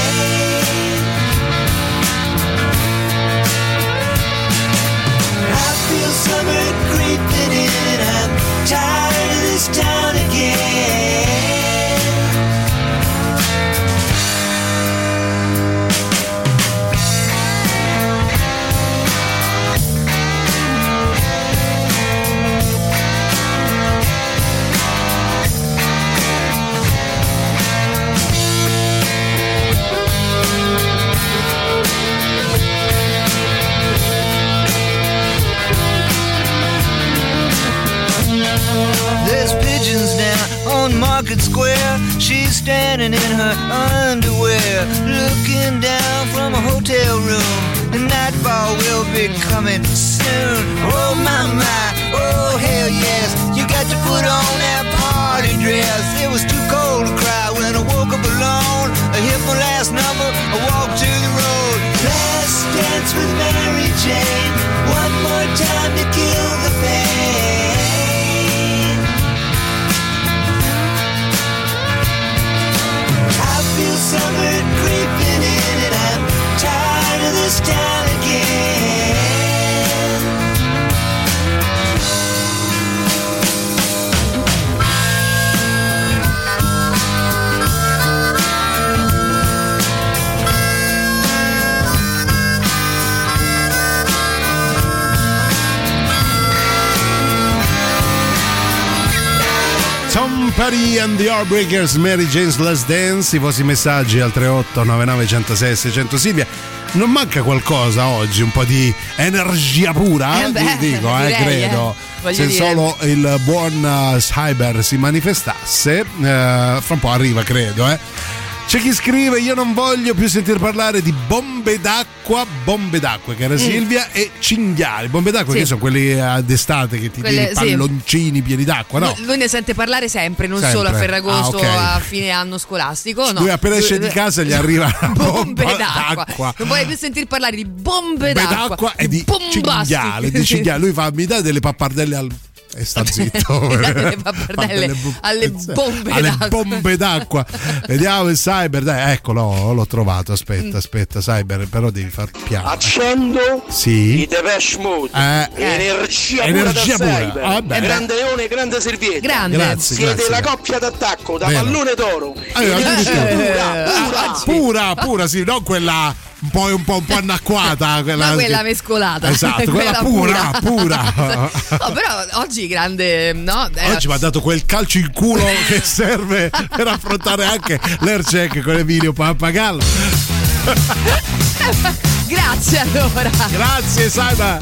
Speaker 12: I feel summer creeping in and I'm tired of this town again. There's pigeons down on Market Square. She's standing in her underwear, looking down from a hotel room. The nightfall will be coming soon. Oh my my, oh hell yes. You got to put on that party dress. It was too cold to cry when I woke up alone. I hit my last number, I walked to the road. Last dance with Mary Jane. One more time to kill the pain. I feel summer creep
Speaker 3: Paris and the Heartbreakers, Mary Jane's Last Dance. I vostri messaggi al tre otto nove nove uno zero sei sei zero zero. Silvia, non manca qualcosa oggi? Un po' di energia pura?
Speaker 6: Eh beh,
Speaker 3: Vi dico, eh,
Speaker 6: direi,
Speaker 3: credo.
Speaker 6: eh.
Speaker 3: Se
Speaker 6: dire.
Speaker 3: solo il buon uh, Cyber si manifestasse, eh, fra un po' arriva, credo, eh. C'è chi scrive: io non voglio più sentir parlare di bombe d'acqua, bombe d'acqua, che era Silvia, e cinghiali. Bombe d'acqua,
Speaker 6: Sì.
Speaker 3: che sono quelli uh, d'estate che ti
Speaker 6: Quelle-
Speaker 3: tieni palloncini pieni d'acqua, no?
Speaker 6: Lui, lui ne sente parlare sempre, non
Speaker 3: Sempre.
Speaker 6: solo a Ferragosto,
Speaker 3: Ah, ok.
Speaker 6: a fine anno scolastico. No.
Speaker 3: Lui appena esce di casa gli arriva una
Speaker 6: bombe
Speaker 3: bomba
Speaker 6: d'acqua.
Speaker 3: d'acqua.
Speaker 6: Non vuole più sentir parlare di bombe
Speaker 3: Bombe
Speaker 6: d'acqua,
Speaker 3: d'acqua e di
Speaker 6: bombasti.
Speaker 3: cinghiale, di cinghiale. Lui fa: mi dai delle pappardelle al. E sta zitto.
Speaker 6: Delle pappardelle alle bombe
Speaker 3: alle
Speaker 6: d'acqua.
Speaker 3: bombe d'acqua. Vediamo il Cyber, dai, eccolo, l'ho trovato. Aspetta, aspetta, Cyber, però devi far piano.
Speaker 13: Accendo
Speaker 3: Sì.
Speaker 13: i Depeche Mode.
Speaker 3: Eh.
Speaker 13: Energia,
Speaker 3: Energia
Speaker 13: pura da
Speaker 3: pura.
Speaker 13: Cyber.
Speaker 3: Ah, beh.
Speaker 13: Grande Leone, grande Servietta.
Speaker 6: Grande.
Speaker 3: Grazie,
Speaker 13: Siete
Speaker 3: grazie,
Speaker 13: la
Speaker 3: grazie.
Speaker 13: coppia d'attacco da
Speaker 3: Vero.
Speaker 13: pallone d'oro.
Speaker 3: Eh,
Speaker 13: Energia
Speaker 3: addirittura.
Speaker 13: pura, pura.
Speaker 3: Pura, pura, sì, non quella un po', un po', un po' annacquata. Quella,
Speaker 6: Ma quella mescolata.
Speaker 3: Esatto, quella pura, pura.
Speaker 6: No, però oggi grande, no? Era-
Speaker 3: Oggi mi ha dato quel calcio in culo che serve per affrontare anche l'Aircheck con Emilio Pappagallo.
Speaker 6: Grazie allora.
Speaker 3: Grazie, Simon.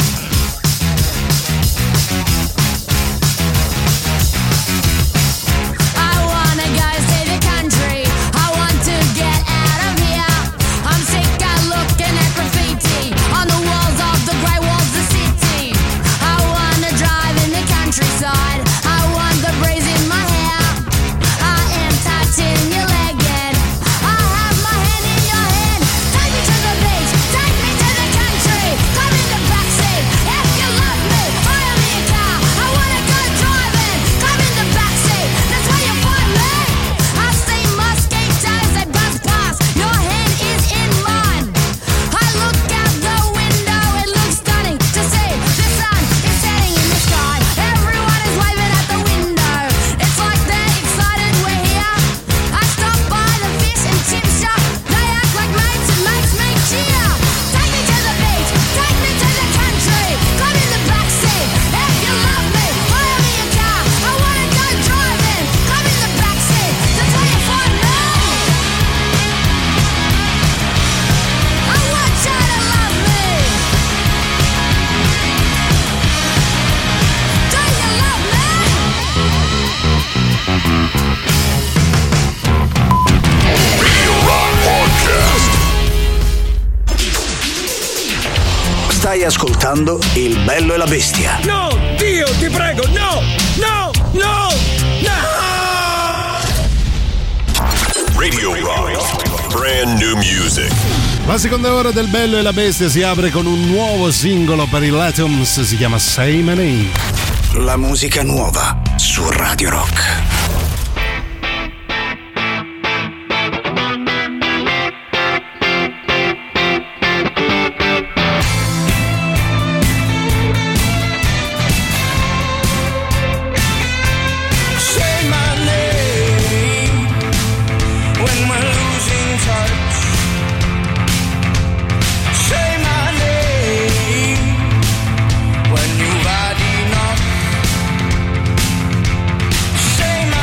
Speaker 14: I wanna go see the country. I want to get out of here. I'm sick of looking at graffiti on the walls of the grey walls of the city. I wanna drive in the countryside. I want the breeze in my hair. I am touching your leg and I have my hand in your hand. Take me to the beach, take me to the country. Come in the backseat if you love me. Hire me a car. I wanna go driving. Come in the backseat. That's where you find me. I see mosquitoes they buzz past. Your hand is in mine. I look out the window. It looks stunning to see the sun is setting in the sky. Everyone is waving at the window. It's like they're excited we're here. I stop by the fish and chip shop. They act like mates. It makes me cheer. Take me to the beach. Take me to the country. Come in the backseat if you love me. Hire me a car. I wanna go driving. Come in the backseat. That's where you find me. I want you to love me. Do you love
Speaker 2: Radio Rock Podcast.
Speaker 1: Stai ascoltando Il Bello e la Bestia.
Speaker 10: No, Dio, ti prego, no, no, no, no!
Speaker 2: Radio Rock. Brand new music.
Speaker 3: La seconda ora del Bello e la Bestia si apre con un nuovo singolo per i Latums, si chiama Say My Name.
Speaker 1: La musica nuova su Radio Rock.
Speaker 4: Say my name when we're losing touch. Say my name when you've had enough. Say my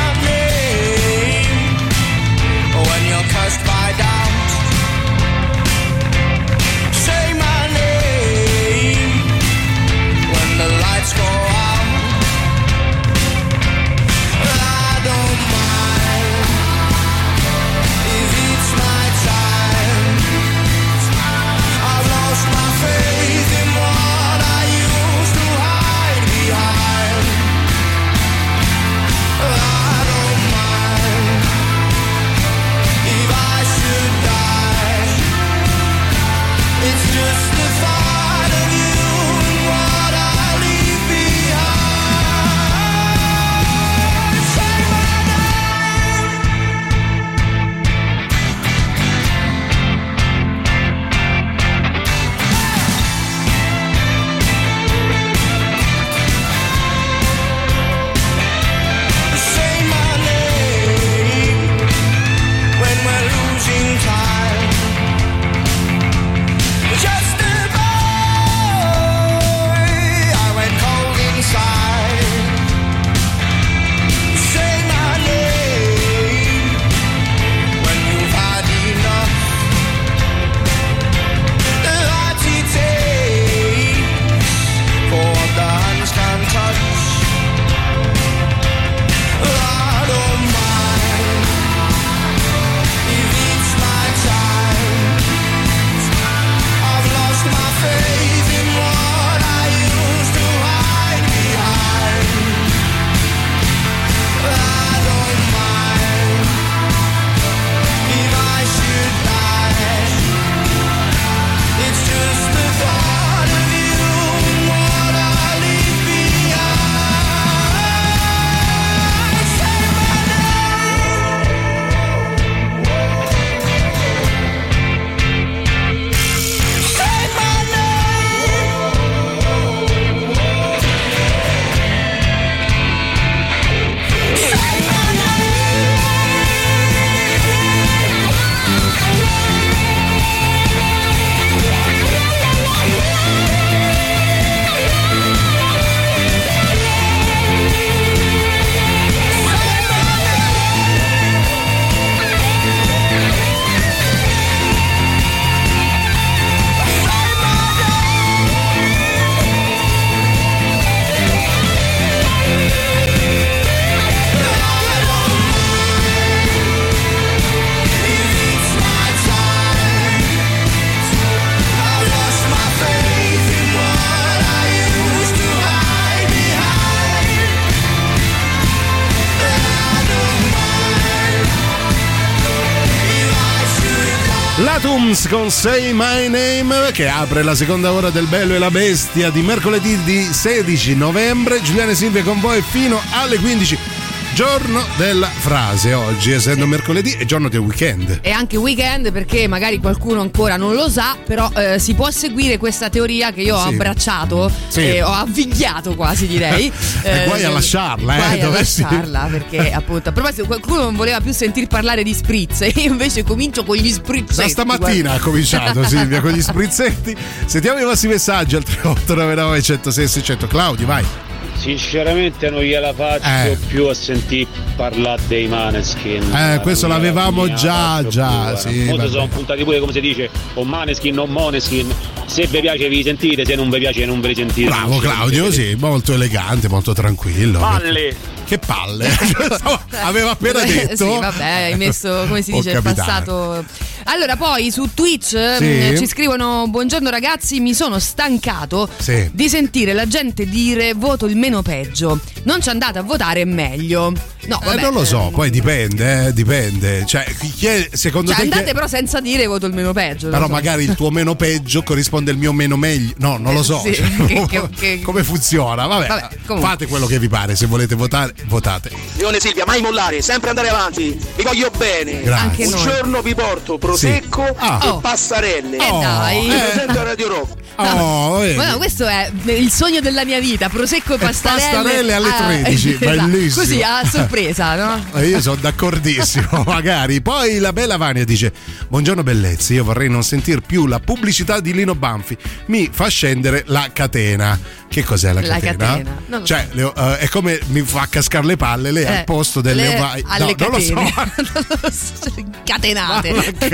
Speaker 3: Latums con Say My Name, che apre la seconda ora del Bello e la Bestia di mercoledì di sedici novembre. Giuliano e Silvia con voi fino alle quindici. Giorno della frase oggi, essendo sì. mercoledì, è giorno del weekend.
Speaker 6: E anche weekend, perché magari qualcuno ancora non lo sa, però eh, si può seguire questa teoria che io ho sì. abbracciato sì. e ho avvinghiato quasi, direi.
Speaker 3: eh, guai a lasciarla, eh,
Speaker 6: guai a
Speaker 3: dovessi...
Speaker 6: lasciarla, perché appunto a proposito qualcuno non voleva più sentir parlare di spritz e io invece comincio con gli sprizzetti.
Speaker 3: Da stamattina guarda. ha cominciato Silvia con gli sprizzetti. Sentiamo i vostri messaggi al tre otto nove nove, uno zero sei, sei zero zero. Claudio, vai.
Speaker 15: Sinceramente non gliela faccio eh. più a sentire parlare dei Maneskin.
Speaker 3: Eh, questo l'avevamo già, già. Sì,
Speaker 15: molto sono puntati pure, come si dice, o Maneskin o Moneskin. Se vi piace vi sentite, se non vi piace non ve li sentite.
Speaker 3: Bravo Claudio, sì, molto elegante, molto tranquillo.
Speaker 15: Palle!
Speaker 3: Che palle! Aveva appena detto.
Speaker 6: Sì, vabbè, hai messo, come si dice, il passato. Allora, poi su Twitch sì. ci scrivono: buongiorno ragazzi, mi sono stancato
Speaker 3: sì.
Speaker 6: di sentire la gente dire voto il meno peggio. Non ci andate a votare, è meglio. No, vabbè,
Speaker 3: eh, non lo so,
Speaker 6: eh,
Speaker 3: poi dipende, eh, dipende. Cioè, chi è, secondo
Speaker 6: cioè,
Speaker 3: te.
Speaker 6: andate
Speaker 3: che...
Speaker 6: però senza dire voto il meno peggio.
Speaker 3: Però
Speaker 6: so.
Speaker 3: magari il tuo meno peggio corrisponde al mio meno meglio. No, non lo so.
Speaker 6: Sì,
Speaker 3: cioè,
Speaker 6: che, che, che...
Speaker 3: come funziona? Vabbè, Vabbè fate quello che vi pare. Se volete votare, votate.
Speaker 13: Leone Silvia, mai mollare, sempre andare avanti. Vi voglio bene.
Speaker 3: Grazie.
Speaker 13: Un
Speaker 6: noi.
Speaker 13: giorno vi porto prosecco
Speaker 3: sì. ah.
Speaker 13: e
Speaker 6: oh.
Speaker 13: passarelle.
Speaker 6: Eh
Speaker 3: oh.
Speaker 6: dai.
Speaker 13: Vi presento a Radio Rock.
Speaker 3: Oh,
Speaker 6: no. Ma no, questo è il sogno della mia vita, prosecco e pastarelle,
Speaker 3: pastarelle alle tredici,
Speaker 6: ah,
Speaker 3: bellissimo.
Speaker 6: Esatto. Così a sorpresa, no?
Speaker 3: Io sono d'accordissimo, magari. Poi la bella Vania dice: buongiorno bellezze, io vorrei non sentir più la pubblicità di Lino Banfi, mi fa scendere la catena. Che cos'è la,
Speaker 6: la
Speaker 3: catena?
Speaker 6: catena. Non lo
Speaker 3: cioè,
Speaker 6: so.
Speaker 3: le, uh, è come mi fa cascare le palle, lei eh, al posto delle
Speaker 6: le,
Speaker 3: vai.
Speaker 6: alle
Speaker 3: No,
Speaker 6: catene.
Speaker 3: non lo so.
Speaker 6: Catenate.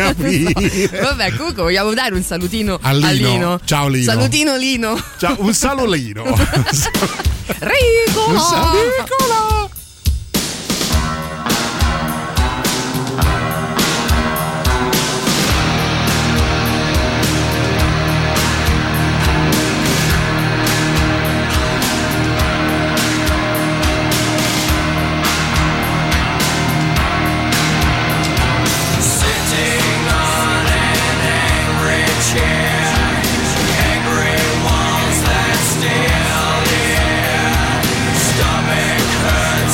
Speaker 6: Vabbè, comunque vogliamo dare un salutino
Speaker 3: a Lino.
Speaker 6: a Lino.
Speaker 3: Ciao Lino.
Speaker 6: Salutino Lino.
Speaker 3: Ciao, un salolino.
Speaker 6: Ricola.
Speaker 3: Un salicola.
Speaker 4: Angry walls that still the air. Stomach hurts.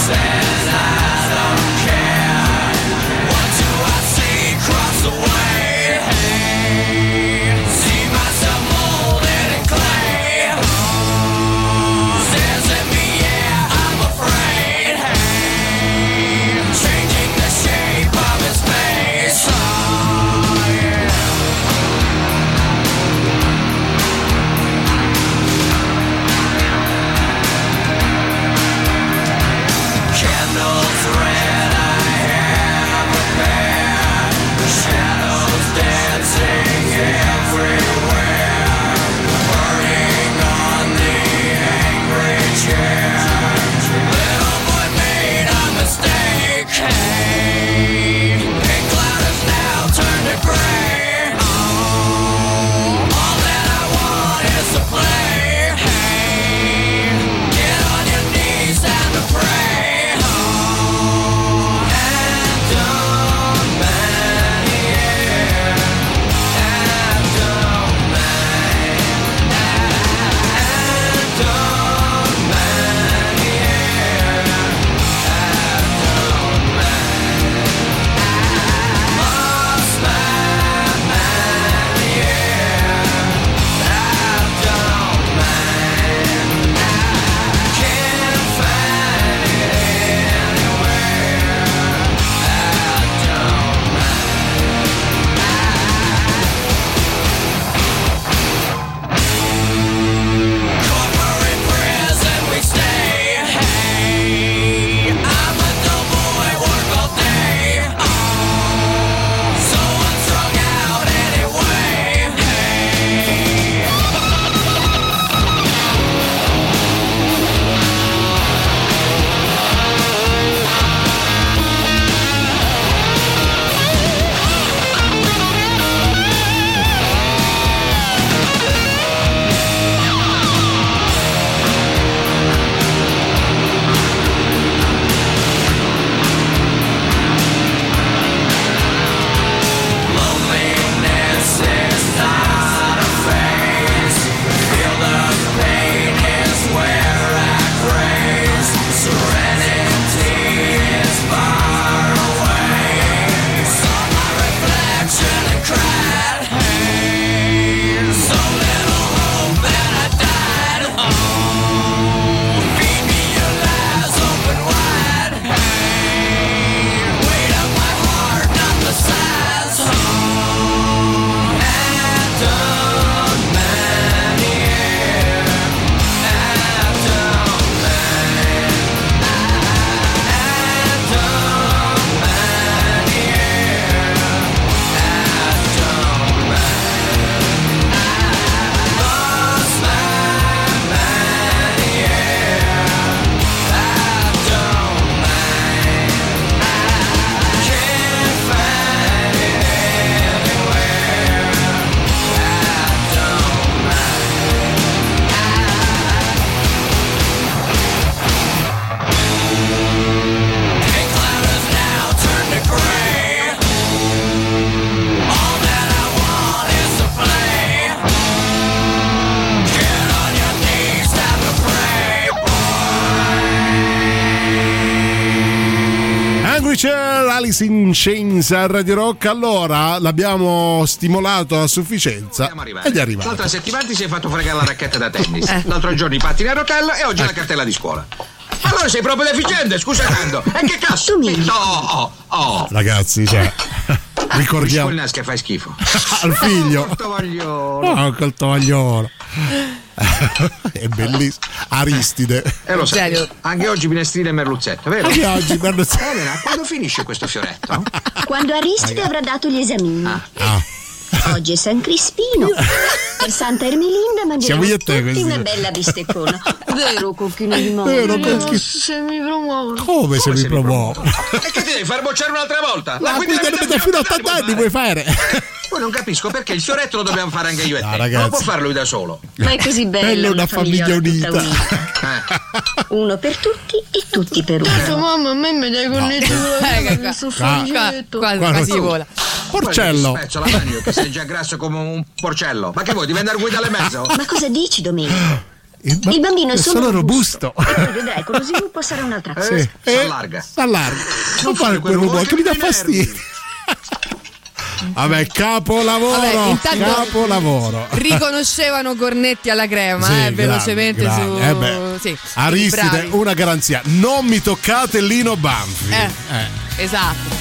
Speaker 3: Alice in Chains a Radio Rock. Allora l'abbiamo stimolato a sufficienza ed è arrivato.
Speaker 16: L'altra settimana ti sei fatto fregare la racchetta da tennis. L'altro giorno i pattini a rotella e oggi la cartella di scuola. Allora sei proprio deficiente, scusa tanto. E che cazzo? No, oh, oh.
Speaker 3: Ragazzi, cioè, ricordiamo.
Speaker 16: Il che fai schifo.
Speaker 3: Al figlio.
Speaker 16: Col tovagliolo.
Speaker 3: No, col tovagliolo. È bellissimo. Aristide.
Speaker 16: E lo sai, anche oggi minestrina e merluzzetto, vero?
Speaker 3: Anche oggi merluzzetto.
Speaker 16: Elena, quando finisce questo fioretto?
Speaker 17: Quando Aristide avrà dato gli esamini.
Speaker 3: Ah.
Speaker 17: Oggi è San Crispino. Per Santa Ermelinda mangeremo
Speaker 3: Siamo io e te,
Speaker 17: tutti
Speaker 3: questi.
Speaker 17: una bella bisteccona. Vero, cocchino di mano?
Speaker 3: Vero, cocchino.
Speaker 17: Se mi promuovo.
Speaker 3: Come se mi promuovo?
Speaker 16: E che ti devi far bocciare un'altra volta?
Speaker 3: La guida da fino a ottanta anni puoi fare.
Speaker 16: Poi non capisco perché il fioretto lo dobbiamo fare anche io e te.
Speaker 3: No, ragazzi.
Speaker 16: Non può farlo lui da solo.
Speaker 17: Ma è così bella
Speaker 3: Bella una famiglia unita.
Speaker 17: tutta unita. Uno per tutti e tutti per uno. Mamma, a me mi dai
Speaker 6: Eh,
Speaker 17: sul
Speaker 6: qua,
Speaker 17: forgetto.
Speaker 6: qua,
Speaker 3: Guarda,
Speaker 6: quasi
Speaker 3: tu.
Speaker 6: vola.
Speaker 3: Porcello.
Speaker 16: Spezzo la mano che sei già grasso come un porcello. Ma che vuoi, diventare guida alle mezzo?
Speaker 17: Ma cosa dici, Domenico?
Speaker 3: Il,
Speaker 17: Il bambino è
Speaker 3: è
Speaker 17: solo
Speaker 3: solo robusto.
Speaker 17: E poi vedrai, con lo sviluppo sarà un'altra cosa.
Speaker 16: Eh,
Speaker 3: Eh,
Speaker 16: s'allarga.
Speaker 3: s'allarga. Non fare quel rumore che mi dà fastidio. Vabbè, capolavoro.
Speaker 6: Vabbè, intanto-
Speaker 3: Capolavoro.
Speaker 6: Riconoscevano cornetti alla crema,
Speaker 3: Sì,
Speaker 6: eh,
Speaker 3: grande,
Speaker 6: velocemente
Speaker 3: grande.
Speaker 6: su.
Speaker 3: Eh beh,
Speaker 6: sì,
Speaker 3: Aristide,
Speaker 6: bravi.
Speaker 3: una garanzia. Non mi toccate Lino Banfi.
Speaker 6: Eh,
Speaker 3: Eh.
Speaker 6: esatto.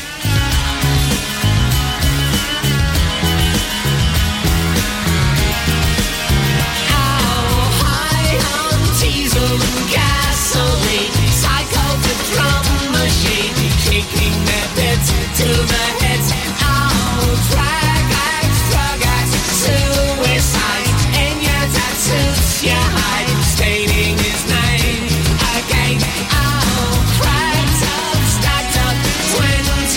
Speaker 4: To the heads, oh, drag axe, drug axe, suicide, and your tattoos, your hide, stating his name again. Oh, cracked up, stacked up, twenty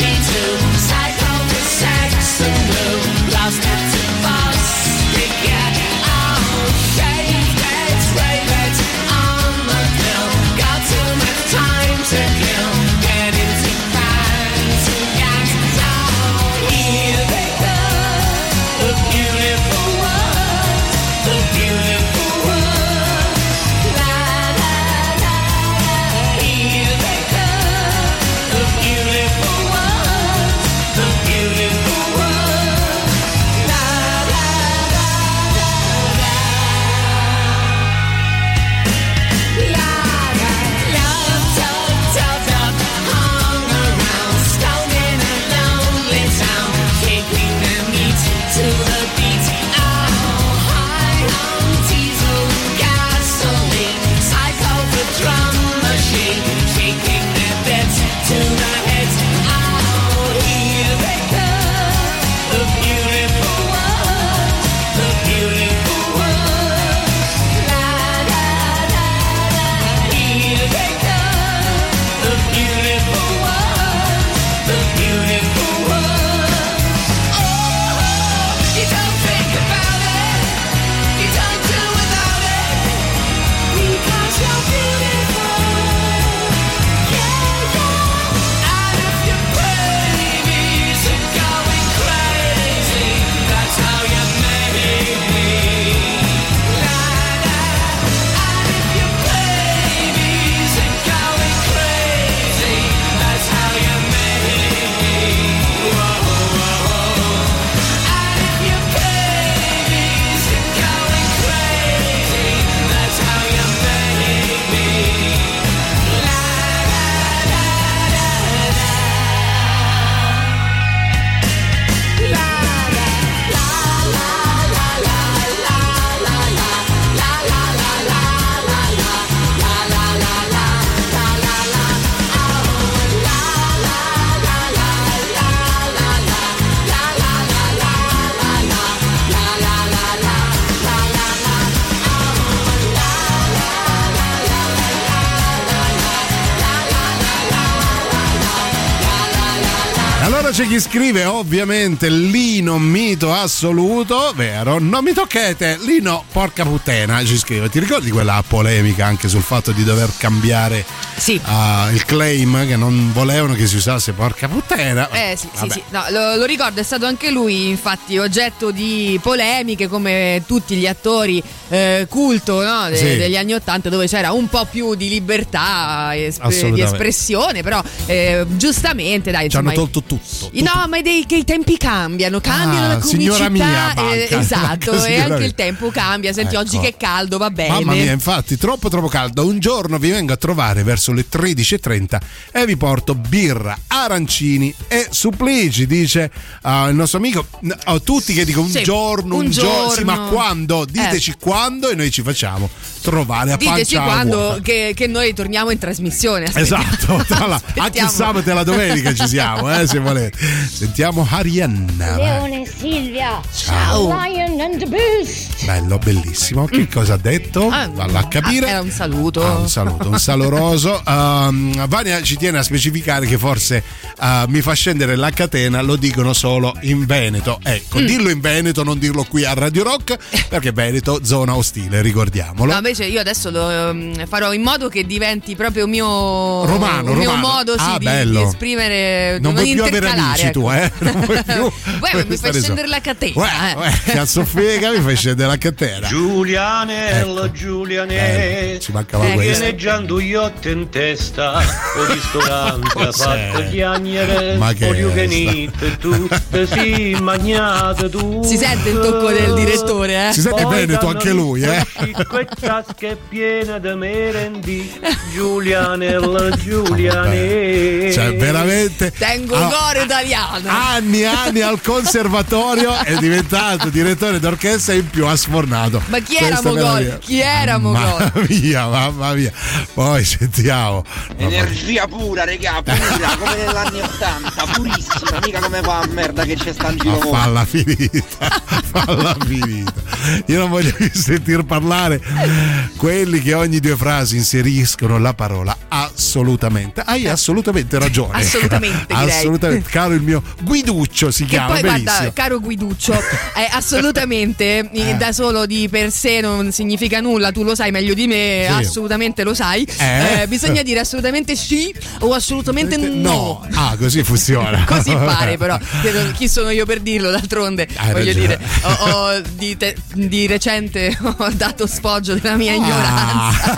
Speaker 3: Allora c'è chi scrive, ovviamente, Lino mito assoluto, vero? Non mi tocchete, Lino porca puttana, ci scrive. Ti ricordi quella polemica anche sul fatto di dover cambiare
Speaker 6: sì.
Speaker 3: uh, il claim, che non volevano che si usasse porca puttana?
Speaker 6: Eh sì, sì,
Speaker 3: Vabbè.
Speaker 6: sì. No, lo, lo ricordo, è stato anche lui infatti oggetto di polemiche come tutti gli attori eh, culto, no? De,
Speaker 3: Sì.
Speaker 6: degli anni Ottanta, dove c'era un po' più di libertà esp- di
Speaker 3: Assolutamente.
Speaker 6: espressione, però eh, giustamente dai,
Speaker 3: Ci hanno
Speaker 6: insomma,
Speaker 3: tolto tutto.
Speaker 6: no, ma dei, che i tempi cambiano, cambiano
Speaker 3: Ah,
Speaker 6: la comicità,
Speaker 3: signora mia,
Speaker 6: eh,
Speaker 3: manca,
Speaker 6: esatto,
Speaker 3: manca,
Speaker 6: e
Speaker 3: signora
Speaker 6: anche
Speaker 3: mia.
Speaker 6: il tempo cambia. Senti,
Speaker 3: Ecco.
Speaker 6: oggi che caldo, va bene.
Speaker 3: Mamma mia, infatti, troppo troppo caldo. Un giorno vi vengo a trovare verso le tredici e trenta e vi porto birra, arancini e supplici, dice uh, il nostro amico. Oh, tutti che dicono un
Speaker 6: Sì,
Speaker 3: giorno, un,
Speaker 6: un
Speaker 3: giorno. Sì, ma
Speaker 6: giorno.
Speaker 3: quando? Diteci
Speaker 6: Eh.
Speaker 3: quando e noi ci facciamo trovare a
Speaker 6: Diteci
Speaker 3: pancia
Speaker 6: quando
Speaker 3: vuota.
Speaker 6: che, che noi torniamo in trasmissione. Aspettiamo.
Speaker 3: Esatto, tra l'altro, anche il
Speaker 6: Aspettiamo.
Speaker 3: sabato e la domenica ci siamo, eh, se volete. Sentiamo Arianna.
Speaker 14: Leone e Silvia.
Speaker 3: Ciao.
Speaker 14: Lion and the Beast.
Speaker 3: Bello, bellissimo. Che cosa ha detto? Valla a capire.
Speaker 6: Ah, era un saluto.
Speaker 3: Ah, un saluto, un saloroso. Um, Vania ci tiene a specificare che forse uh, mi fa scendere la catena, lo dicono solo in Veneto. Ecco,
Speaker 6: Mm.
Speaker 3: dillo in Veneto, non dirlo qui a Radio Rock, perché Veneto, zona ostile, ricordiamolo.
Speaker 6: No, invece io adesso lo um, farò in modo che diventi proprio mio
Speaker 3: Romano,
Speaker 6: un mio
Speaker 3: romano.
Speaker 6: modo sì,
Speaker 3: Ah,
Speaker 6: di,
Speaker 3: bello.
Speaker 6: di esprimere,
Speaker 3: Non vuoi più avere
Speaker 6: intercalare,
Speaker 3: amici tu,
Speaker 6: ecco.
Speaker 3: eh? Non vuoi più
Speaker 6: Uè, mi
Speaker 3: questa
Speaker 6: fai
Speaker 3: risata.
Speaker 6: scendere la catena.
Speaker 3: Uè,
Speaker 6: eh.
Speaker 3: uè, cazzo figa, mi fai scendere la catena.
Speaker 18: Giulianello,
Speaker 3: Ecco.
Speaker 18: Giuliane,
Speaker 3: ci mancava
Speaker 18: eh,
Speaker 3: questo.
Speaker 18: pianeggiando yacht in testa, o ristorante ha
Speaker 3: Cos'è?
Speaker 18: fatto chiagnere,
Speaker 3: Ma che
Speaker 18: o più
Speaker 3: è
Speaker 18: che
Speaker 3: sta?
Speaker 18: niente, tutte si magnate tu.
Speaker 6: Si sente il tocco del direttore, eh?
Speaker 3: Si sente
Speaker 18: Poi
Speaker 3: Veneto
Speaker 18: danno
Speaker 3: anche lui, eh?
Speaker 18: quelle tasche piene di merendi, Giulianello, Giuliane.
Speaker 3: Cioè, veramente.
Speaker 6: Tengo
Speaker 3: Ah,
Speaker 6: un coro italiano.
Speaker 3: Anni e anni al conservatorio, è diventato direttore d'orchestra e in più ha sfornato.
Speaker 6: Ma chi era
Speaker 3: Questa
Speaker 6: Mogol?
Speaker 3: meraviglia.
Speaker 6: Chi era Mogol?
Speaker 3: Mamma mia, mamma mia. Poi sentiamo.
Speaker 13: Energia pura, regà, pura, come negli anni ottanta, purissima, mica come fa a merda che c'è sta in giro.
Speaker 3: Ma falla finita, falla finita. Io non voglio più sentir parlare quelli che ogni due frasi inseriscono la parola assolutamente. Hai assolutamente ragione.
Speaker 6: Assolutamente, direi.
Speaker 3: Assolutamente, caro il mio Guiduccio si
Speaker 6: Che
Speaker 3: chiama,
Speaker 6: poi
Speaker 3: bellissimo.
Speaker 6: guarda, caro Guiduccio, è assolutamente
Speaker 3: Eh.
Speaker 6: da solo di per sé non significa nulla, tu lo sai meglio di me,
Speaker 3: Sì.
Speaker 6: assolutamente lo sai.
Speaker 3: Eh.
Speaker 6: Eh, bisogna dire assolutamente sì o assolutamente no.
Speaker 3: Ah, così funziona.
Speaker 6: Così pare, però che- chi sono io per dirlo? D'altronde,
Speaker 3: Hai
Speaker 6: voglio
Speaker 3: ragione.
Speaker 6: dire, ho, ho di, te- di recente ho dato sfoggio della
Speaker 3: Ah.
Speaker 6: mia ignoranza.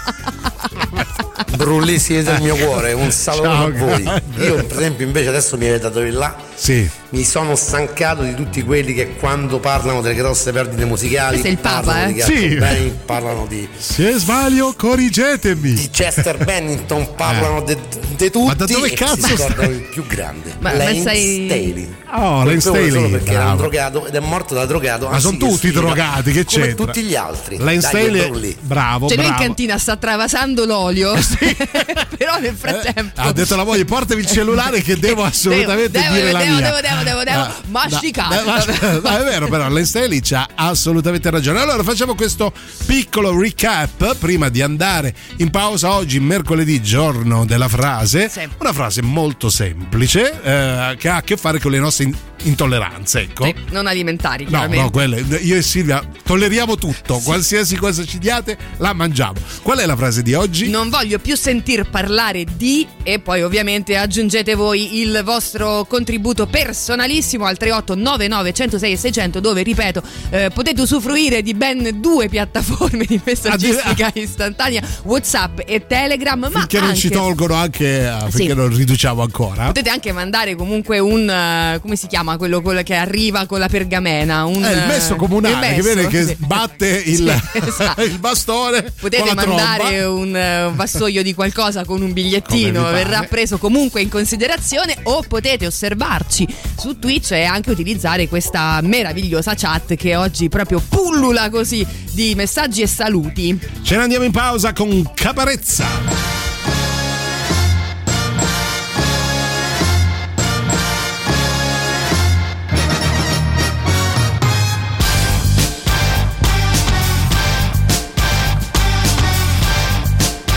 Speaker 19: Brullissimi del mio cuore, un saluto
Speaker 3: Ciao,
Speaker 19: a voi.
Speaker 3: grazie.
Speaker 19: Io, per esempio, invece adesso mi avete dato il là.
Speaker 3: Sì.
Speaker 19: Mi sono stancato di tutti quelli che quando parlano delle grosse perdite musicali
Speaker 6: Questo è il Papa,
Speaker 19: parlano
Speaker 6: eh?
Speaker 19: di Kurt
Speaker 3: Sì.
Speaker 19: Cobain, parlano di,
Speaker 3: Se sbaglio, corrigetemi.
Speaker 19: di Chester Bennington, parlano di tutti.
Speaker 3: Ma da dove
Speaker 19: e
Speaker 3: cazzo
Speaker 19: si
Speaker 3: stai?
Speaker 19: ricordano il più grande,
Speaker 6: Ma- ma
Speaker 19: Lance
Speaker 6: sei-
Speaker 19: Staley.
Speaker 3: Oh, Lance
Speaker 19: Colpevole solo
Speaker 3: Staley,
Speaker 19: perché era un
Speaker 3: bravo.
Speaker 19: drogato ed è morto da drogato.
Speaker 3: Ma
Speaker 19: anzi
Speaker 3: sono
Speaker 19: che
Speaker 3: tutti
Speaker 19: sfiga,
Speaker 3: drogati, che
Speaker 19: come
Speaker 3: c'entra?
Speaker 19: tutti gli altri.
Speaker 3: Lance
Speaker 19: Dai,
Speaker 3: Staley,
Speaker 19: Brulli.
Speaker 3: bravo,
Speaker 6: Cioè lui in
Speaker 3: bravo.
Speaker 6: cantina sta travasando l'olio, però nel frattempo
Speaker 3: Ha detto la moglie, portami il cellulare che devo assolutamente
Speaker 6: devo,
Speaker 3: dire
Speaker 6: devo,
Speaker 3: la
Speaker 6: devo,
Speaker 3: mia.
Speaker 6: devo, devo, devo, devo,
Speaker 3: Ah,
Speaker 6: masticare.
Speaker 3: no, ma- ma è vero, però Lance Staley c'ha assolutamente ragione. Allora facciamo questo piccolo recap prima di andare in pausa. Oggi mercoledì, giorno della frase.
Speaker 6: Sì.
Speaker 3: Una frase molto semplice eh, che ha a che fare con le nostre in- intolleranze, ecco.
Speaker 6: Sì, non alimentari,
Speaker 3: No,
Speaker 6: chiaramente.
Speaker 3: no, quelle, io e Silvia tolleriamo tutto, qualsiasi cosa ci diate la mangiamo. Qual è la frase di oggi?
Speaker 6: Non voglio più sentir parlare di, e poi ovviamente aggiungete voi il vostro contributo personalissimo al tre otto nove nove uno zero sei sei zero zero, dove, ripeto, eh, potete usufruire di ben due piattaforme di messaggistica istantanea, WhatsApp e Telegram, ma
Speaker 3: Finché
Speaker 6: anche
Speaker 3: non ci tolgono anche, eh, finché
Speaker 6: Sì.
Speaker 3: non riduciamo ancora.
Speaker 6: potete anche mandare comunque un eh, come si chiama quello, quello che arriva con la pergamena, un,
Speaker 3: È il messo comunale
Speaker 6: il
Speaker 3: che
Speaker 6: messo,
Speaker 3: vede che
Speaker 6: sì.
Speaker 3: sbatte il,
Speaker 6: Sì, esatto.
Speaker 3: il bastone.
Speaker 6: Potete
Speaker 3: con la
Speaker 6: mandare
Speaker 3: tromba.
Speaker 6: un, eh, un vassoio di qualcosa con un bigliettino,
Speaker 3: Come vi pare.
Speaker 6: verrà preso comunque in considerazione, o potete osservarci su Twitch e anche utilizzare questa meravigliosa chat che oggi proprio pullula così di messaggi e saluti.
Speaker 3: Ce ne andiamo in pausa con Caparezza.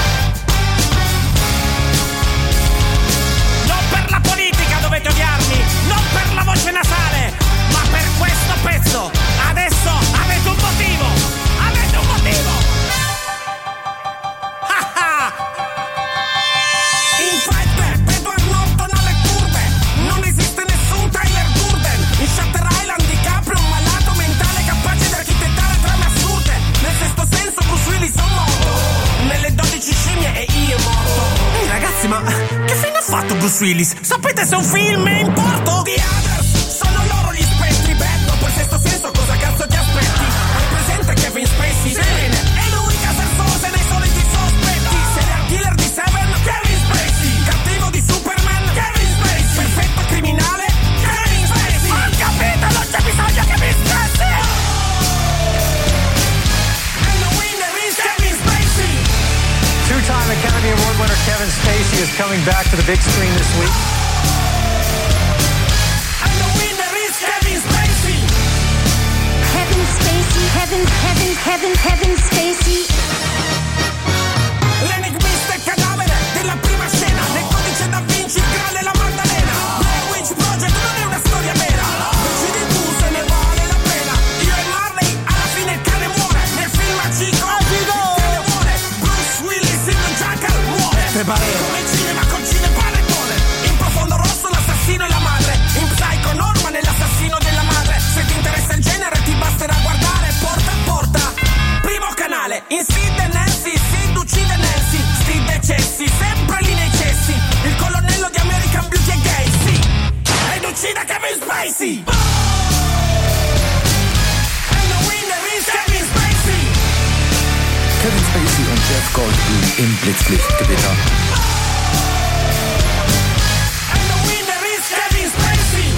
Speaker 11: Non per la politica dovete odiarmi,
Speaker 20: Bruce Willis. Sapete se è un film è in porto? The Others, sono loro gli spettri. Beh, dopo il sesto senso cosa cazzo ti aspetti? Hai presente Kevin Spacey? Sì. Bene, è lui caserzoso nei soliti sospetti. Serial killer di Seven? Kevin Spacey. Cattivo di Superman? Kevin Spacey. Perfetto criminale? Kevin Spacey. Ho capito, non c'è bisogno che mi stressi. And the winner is Kevin Spacey.
Speaker 21: Two-time Academy Award winner Kevin Spacey is coming back to the big screen this week.
Speaker 20: And the winner is Kevin Spacey.
Speaker 14: Kevin Spacey, Kevin, Kevin, Kevin, Kevin Spacey.
Speaker 20: L'enigmista e cadavere della prima scena. Nel codice da Vinci, il grande e la Maddalena. Blair Witch Project non è una storia vera. Decidi tu se ne vale la pena. Io e Marley, alla fine il cane muore. Nel film a Chico, il cane muore. Bruce Willis in The Jackal muore. Come il cinema col cinepanettone. In Profondo Rosso l'assassino e la madre. In Psycho Norman è l'assassino della madre. Se ti interessa il genere ti basterà guardare Porta a Porta. Primo canale. In Sid e Nancy, Sid uccide Nancy. Sid e Cessi, sempre lì nei cessi. Il colonnello di American Beauty è gay, sì. Ed uccide Kevin Spacey. And the winner is Kevin Spacey.
Speaker 22: Kevin Spacey und Jeff Goldblum im Blitzlichtgewitter.
Speaker 20: And the winner is Kevin Spacey.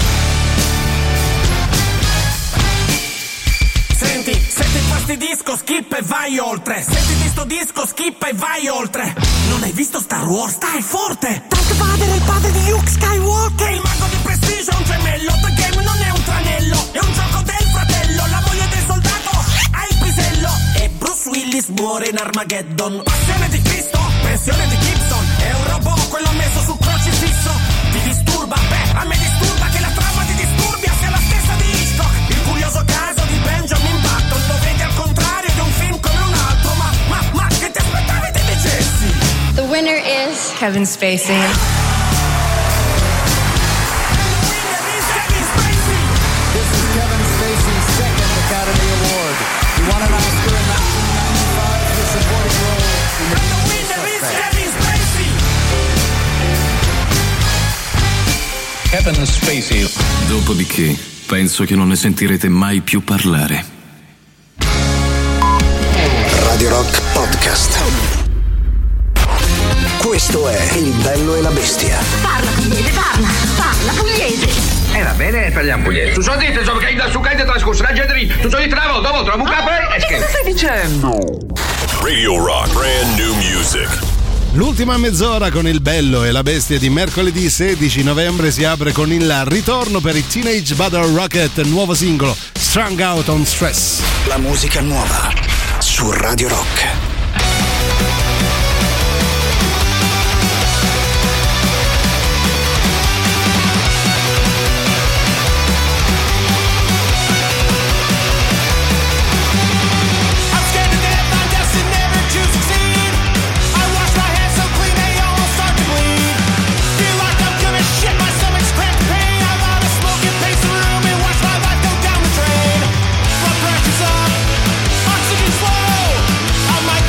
Speaker 20: Senti, se ti fastidisco skip e vai oltre. Senti sto disco skip e vai oltre. Non hai visto Star Wars? Stai forte. Darth Vader è il padre di Luke Skywalker. Il mago di Prestige è un gemello. The Game non è un tranello, è un gioco del fratello. La moglie del soldato ha il pisello. E Bruce Willis muore in Armageddon. Passione di Cristo, pensione di Gibson. È un robot quello messo sul crocifisso. Ti disturba? Beh, a me disturba che la trama di Disturbia sia la stessa di Hitchcock. Il curioso caso di Benjamin Button. Lo vedi al contrario di un film come un altro. Ma, ma, ma, che ti aspettavi ti dicessi?
Speaker 17: The winner is
Speaker 23: Kevin Spacey.
Speaker 22: This is Kevin Spacey's second Academy Award. He won an Oscar in nineteen ninety-five for supporting role in The Usual Suspects.
Speaker 24: Kevin Spacey. Dopodiché, penso che non ne sentirete mai più parlare.
Speaker 1: Radio Rock Podcast. Questo è Il Bello e la Bestia.
Speaker 17: Parla pugliese, parla, parla pugliese.
Speaker 16: Eh va bene, parliamo pugliese. Tu so dite, so che da su che trascorso la gente lì. Tu so di travo, dopo trovo un capo e che
Speaker 17: stai dicendo?
Speaker 2: Radio Rock, brand new music.
Speaker 3: L'ultima mezz'ora con Il Bello e la Bestia di mercoledì sedici novembre si apre con il ritorno per i Teenage Battle Rocket, nuovo singolo Strung Out on Stress.
Speaker 1: La musica nuova su Radio Rock.
Speaker 10: Oxygen flow. I might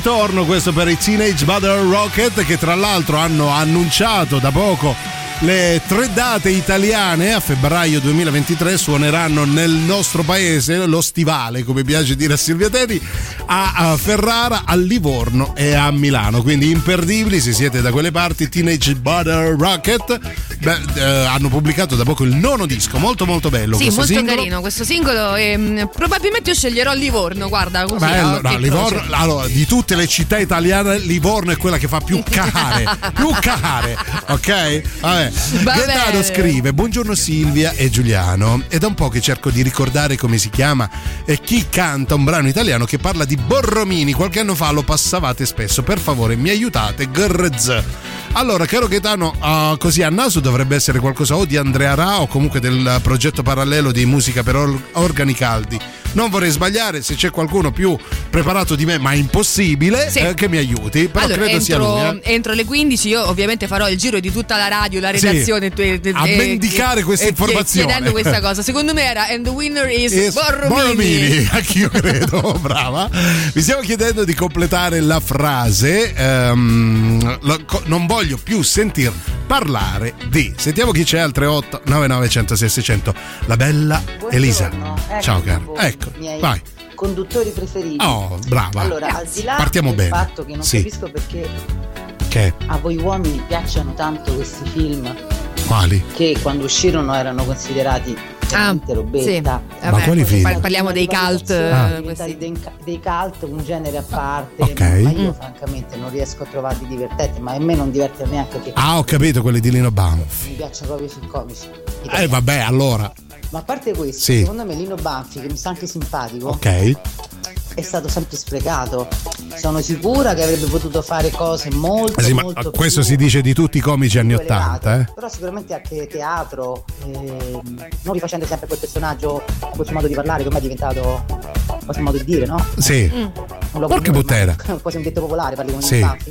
Speaker 3: ritorno questo per i Teenage Battle Rocket, che tra l'altro hanno annunciato da poco le tre date italiane. A febbraio duemilaventitré suoneranno nel nostro paese, lo stivale come piace dire a Silvia Teti, a Ferrara, a Livorno e a Milano, quindi imperdibili se siete da quelle parti. Teenage Battle Rocket. Beh, eh, hanno pubblicato da poco il nono disco, molto molto bello.
Speaker 6: Sì,
Speaker 3: questo
Speaker 6: molto
Speaker 3: singolo.
Speaker 6: carino questo singolo e probabilmente io sceglierò Livorno, guarda così.
Speaker 3: Bello,
Speaker 6: a
Speaker 3: no, Livorno, allora, di tutte le città italiane Livorno è quella che fa più cacare, più cacare, ok? Vabbè. Gaetano scrive: buongiorno Silvia e Giuliano, è da un po' che cerco di ricordare come si chiama e chi canta un brano italiano che parla di Borromini. Qualche anno fa lo passavate spesso, per favore mi aiutate. Grz. Allora, caro Gaetano, uh, così a naso dovrebbe essere qualcosa o di Andrea Ra o comunque del progetto parallelo di musica per or- organi caldi. Non vorrei sbagliare, se c'è qualcuno più preparato di me, ma impossibile,
Speaker 6: sì.
Speaker 3: eh, che mi aiuti. Però
Speaker 6: allora,
Speaker 3: credo
Speaker 6: entro,
Speaker 3: sia lui. Eh.
Speaker 6: Entro le quindici io ovviamente farò il giro di tutta la radio, la redazione,
Speaker 3: Sì,
Speaker 6: e,
Speaker 3: a
Speaker 6: e,
Speaker 3: mendicare
Speaker 6: e,
Speaker 3: questa
Speaker 6: e,
Speaker 3: informazione.
Speaker 6: chiedendo questa cosa. Secondo me era and the winner is,
Speaker 3: Is
Speaker 6: Borromini.
Speaker 3: Borromini, anch'io credo, brava. Vi stiamo chiedendo di completare la frase ehm, lo, co, non voglio più sentir parlare di. Sentiamo chi c'è al tre otto nove nove zero zero sei sei zero zero. La bella Elisa.
Speaker 5: Ecco
Speaker 3: Ciao cara.
Speaker 5: voi,
Speaker 3: Ecco,
Speaker 5: miei
Speaker 3: vai.
Speaker 5: conduttori preferiti.
Speaker 3: Oh, brava.
Speaker 5: Allora, al di là
Speaker 3: Partiamo
Speaker 5: del
Speaker 3: bene.
Speaker 5: fatto che non
Speaker 3: Sì.
Speaker 5: capisco perché
Speaker 3: Che?
Speaker 5: a voi uomini piacciono tanto questi film
Speaker 3: Quali?
Speaker 5: che quando uscirono erano considerati veramente robetta.
Speaker 6: Sì. Vabbè,
Speaker 3: quali film?
Speaker 6: par- Parliamo dei cult.
Speaker 5: Ah.
Speaker 6: eh, questi.
Speaker 5: Dei, dei cult, un genere a parte,
Speaker 3: Ok.
Speaker 5: ma io
Speaker 6: Mm.
Speaker 5: francamente non riesco a trovarli divertenti, ma a me non diverte neanche che
Speaker 3: Ah, ho capito, quelli di Lino Banfi.
Speaker 5: mi piacciono proprio i film comici.
Speaker 3: Eh vabbè, allora.
Speaker 5: Ma a parte questo,
Speaker 3: Sì.
Speaker 5: secondo me Lino Banfi, che mi sta anche simpatico,
Speaker 3: Ok.
Speaker 5: è stato sempre sprecato. Sono sicura che avrebbe potuto fare cose molto,
Speaker 3: Eh sì, ma
Speaker 5: molto
Speaker 3: questo
Speaker 5: più
Speaker 3: si dice di tutti i comici anni
Speaker 5: più elevate.
Speaker 3: ottanta, eh?
Speaker 5: Però sicuramente anche teatro, ehm, non rifacendo sempre quel personaggio, quel suo modo di parlare che ormai è diventato quel suo modo di dire, no?
Speaker 3: Sì.
Speaker 5: Un luogo
Speaker 3: Porca
Speaker 5: comune,
Speaker 3: puttana.
Speaker 5: ma quasi un detto popolare, parli con
Speaker 3: Sì.
Speaker 5: i Banfi.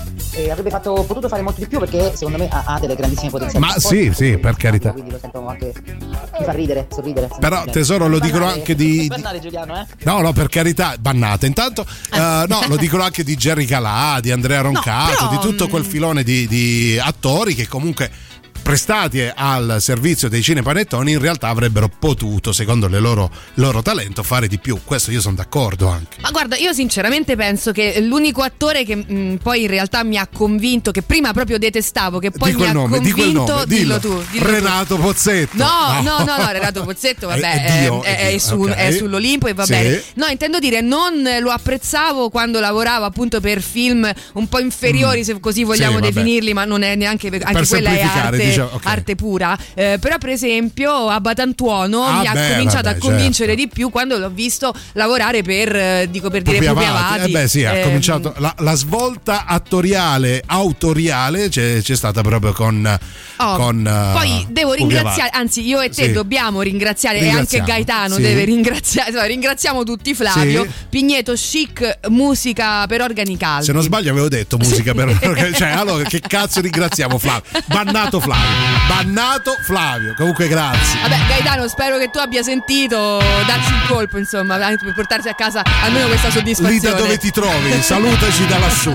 Speaker 5: E avrebbe fatto, potuto fare molto di più perché secondo me ha, ha delle grandissime potenzialità.
Speaker 3: Ma
Speaker 5: Poi-
Speaker 3: sì, sì, per carità.
Speaker 5: Quindi lo sento anche, mi fa ridere, sorridere.
Speaker 3: Però, tesoro, lo dicono
Speaker 5: Bannare-
Speaker 3: anche di-
Speaker 5: bannare Giuliano, eh?
Speaker 3: No, no, per carità, bannate. Intanto, eh, no, lo dicono anche di Jerry Calà, di Andrea Roncato,
Speaker 6: però,
Speaker 3: di tutto quel filone di, di attori che comunque prestati al servizio dei cinepanettoni in realtà avrebbero potuto, secondo le loro, il loro talento, fare di più. Questo io sono d'accordo anche.
Speaker 6: Ma guarda, io sinceramente penso che l'unico attore che mh, poi in realtà mi ha convinto, che prima proprio detestavo, che poi
Speaker 3: di
Speaker 6: mi
Speaker 3: quel
Speaker 6: ha
Speaker 3: nome, di
Speaker 6: convinto,
Speaker 3: quel nome,
Speaker 6: dillo,
Speaker 3: dillo.
Speaker 6: tu, dillo tu.
Speaker 3: Renato Pozzetto.
Speaker 6: No, no, no, no, Renato Pozzetto, vabbè,
Speaker 3: È- è
Speaker 6: è,
Speaker 3: Dio,
Speaker 6: è-
Speaker 3: è
Speaker 6: è
Speaker 3: Dio,
Speaker 6: su-
Speaker 3: ok.
Speaker 6: è sull'Olimpo e va
Speaker 3: Sì.
Speaker 6: bene. No, intendo dire, non lo apprezzavo quando lavorava appunto per film un po' inferiori,
Speaker 3: Mm.
Speaker 6: se così vogliamo
Speaker 3: Sì, vabbè.
Speaker 6: definirli, ma non è neanche, anche
Speaker 3: Per
Speaker 6: quella è
Speaker 3: semplificare,
Speaker 6: arte,
Speaker 3: diciamo, ok.
Speaker 6: arte pura. Eh, però per esempio a Batantuono
Speaker 3: Ah,
Speaker 6: mi ha
Speaker 3: beh,
Speaker 6: cominciato
Speaker 3: vabbè,
Speaker 6: a convincere
Speaker 3: certo.
Speaker 6: di più quando l'ho visto lavorare per, eh, dico per dire,
Speaker 3: Pupi
Speaker 6: Pupi
Speaker 3: Avati.
Speaker 6: Avati.
Speaker 3: Eh beh sì, ha
Speaker 6: Ehm,
Speaker 3: cominciato la, la svolta attoriale, autoriale c'è, c'è stata proprio con,
Speaker 6: Oh,
Speaker 3: con eh,
Speaker 6: poi devo
Speaker 3: Pupi
Speaker 6: ringraziare,
Speaker 3: Avati.
Speaker 6: anzi io e te
Speaker 3: Sì.
Speaker 6: dobbiamo ringraziare, e anche
Speaker 3: Ringraziamo,
Speaker 6: Gaetano
Speaker 3: sì.
Speaker 6: deve ringraziare, insomma, ringraziamo tutti Flavio,
Speaker 3: Sì.
Speaker 6: Pigneto Chic, musica per organi caldi.
Speaker 3: Se non sbaglio avevo detto musica per cioè allora che cazzo ringraziamo Flavio, bannato Flavio, bannato Flavio, comunque grazie.
Speaker 6: Vabbè Gaetano, spero che tu abbia sentito darci il colpo, insomma, anche per portarci a casa almeno questa soddisfazione.
Speaker 3: Lì da dove ti trovi, salutaci da lassù.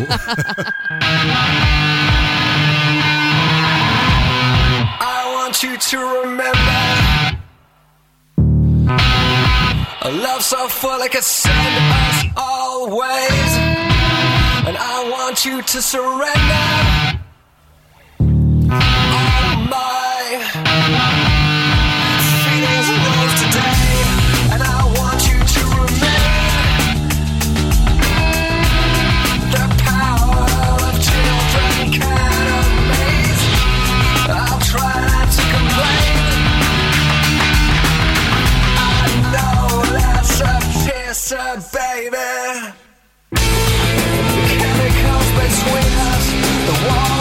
Speaker 4: I want you to remember a love so full it could send us always, and I want you to surrender all my feelings rose today, and I want you to remember the power of children can amaze. I'll try not to complain. I know that's a kisser, baby. Chemicals between us, the wall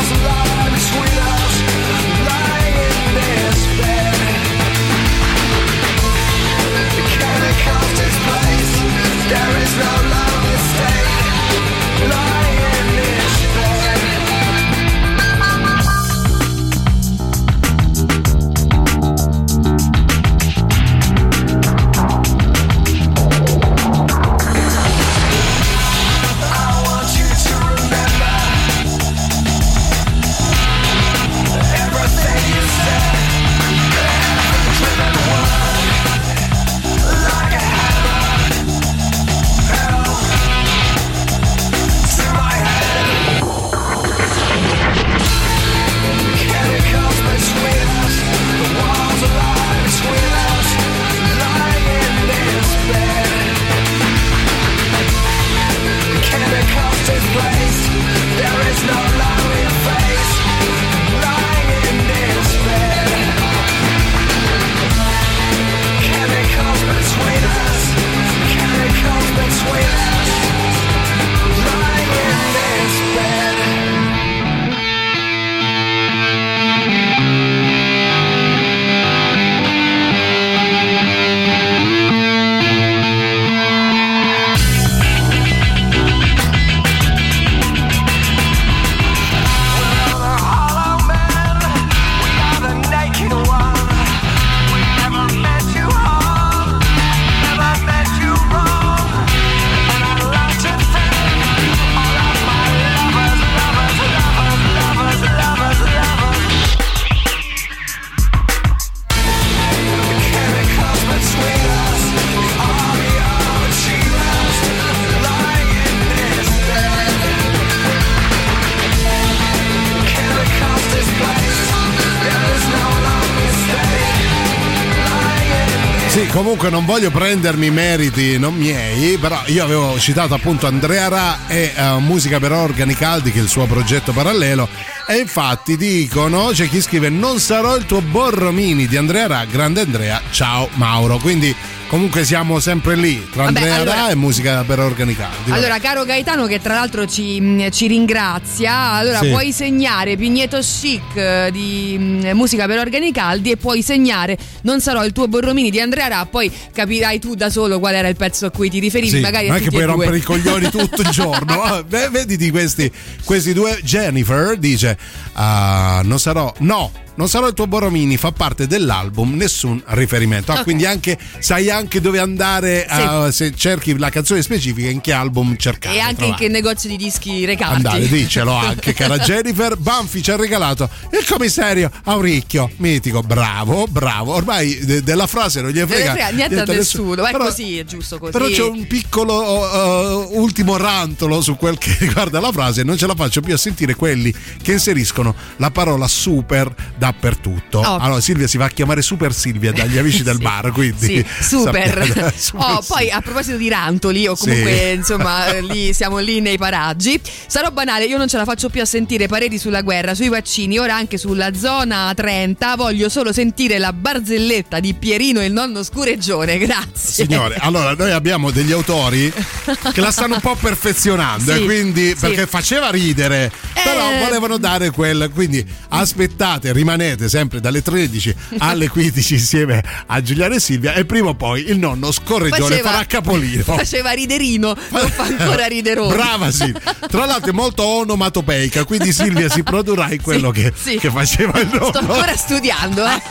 Speaker 3: Sì, comunque non voglio prendermi meriti non miei, però io avevo citato appunto Andrea Ra e uh, Musica per organi caldi, che è il suo progetto parallelo, e infatti dicono, c'è chi scrive: non sarò il tuo Borromini di Andrea Ra, grande Andrea, ciao Mauro. Quindi comunque siamo sempre lì tra
Speaker 6: Vabbè,
Speaker 3: Andrea
Speaker 6: allora,
Speaker 3: Ra e Musica per organi caldi.
Speaker 6: Allora, caro Gaetano, che tra l'altro ci, ci ringrazia, allora
Speaker 3: Sì.
Speaker 6: puoi segnare Pigneto Chic eh, di mm, Musica per organi caldi, e puoi segnare Non sarò il tuo Borromini di Andrea Ra, poi capirai tu da solo qual era il pezzo a cui ti riferivi.
Speaker 3: Sì,
Speaker 6: magari
Speaker 3: non
Speaker 6: a
Speaker 3: è che
Speaker 6: tutti
Speaker 3: puoi
Speaker 6: e due.
Speaker 3: rompere i coglioni tutto il giorno. Ah, beh, vedi di questi, questi due. Jennifer dice: ah, non sarò, no, non sarò il tuo Borromini, fa parte dell'album, nessun riferimento. Ah,
Speaker 6: Ok.
Speaker 3: quindi anche sai anche dove andare,
Speaker 6: Sì.
Speaker 3: uh, se cerchi la canzone specifica, in che album cercare.
Speaker 6: E anche in
Speaker 3: trovare.
Speaker 6: che negozio di dischi recarti.
Speaker 3: Andare, dicelo anche, cara Jennifer. Banfi ci ha regalato il commissario Auricchio, mitico, bravo, bravo. Ormai de- della frase non gli
Speaker 6: Non ne
Speaker 3: frega
Speaker 6: frega niente a nessuno, è
Speaker 3: Però-
Speaker 6: così, è giusto così.
Speaker 3: Però c'è un piccolo uh, ultimo rantolo su quel che riguarda la frase, non ce la faccio più a sentire quelli che inseriscono la parola super dappertutto.
Speaker 6: Oh.
Speaker 3: Allora Silvia si va a chiamare Super Silvia dagli amici del bar, quindi
Speaker 6: Sì, super.
Speaker 3: sappiate, super
Speaker 6: Oh, poi a proposito di rantoli, o comunque
Speaker 3: Sì.
Speaker 6: insomma lì siamo lì nei paraggi. Sarò banale, io non ce la faccio più a sentire pareri sulla guerra, sui vaccini, ora anche sulla zona trenta. Voglio solo sentire la barzelletta di Pierino il nonno scureggione. Grazie.
Speaker 3: Signore, allora noi abbiamo degli autori che la stanno un po' perfezionando,
Speaker 6: Sì,
Speaker 3: e quindi
Speaker 6: sì.
Speaker 3: perché faceva ridere, però
Speaker 6: Eh.
Speaker 3: volevano dare quel, quindi aspettate, rimanete sempre dalle tredici alle quindici insieme a Giuliano e Silvia, e prima o poi il nonno scorreggione
Speaker 6: Faceva-
Speaker 3: farà capolino.
Speaker 6: Faceva riderino, non fa ancora riderone.
Speaker 3: Brava Silvia. Tra l'altro è molto onomatopeica, quindi Silvia si produrrà in quello
Speaker 6: Sì,
Speaker 3: che,
Speaker 6: sì.
Speaker 3: che faceva il nonno.
Speaker 6: Sto ancora studiando, eh.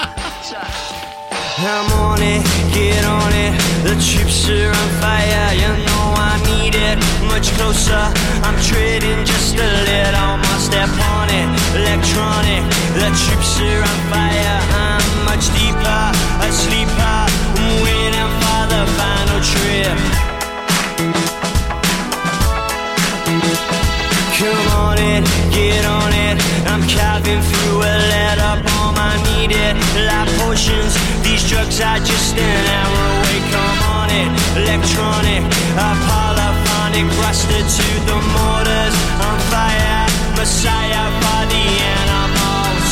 Speaker 4: I'm on it, get on it. The troops are on fire, you know I need it. Much closer, I'm treading just a little more. Step on it, electronic. The troops are on fire, I'm much deeper, a sleeper. I'm waiting for the final trip. Come on it, get on it. I'm carving through a letter bomb. I need it, like potions. These drugs are just an hour away. Come on it, electronic, polyphonic, rusted to the mortars. On fire, messiah for the animals.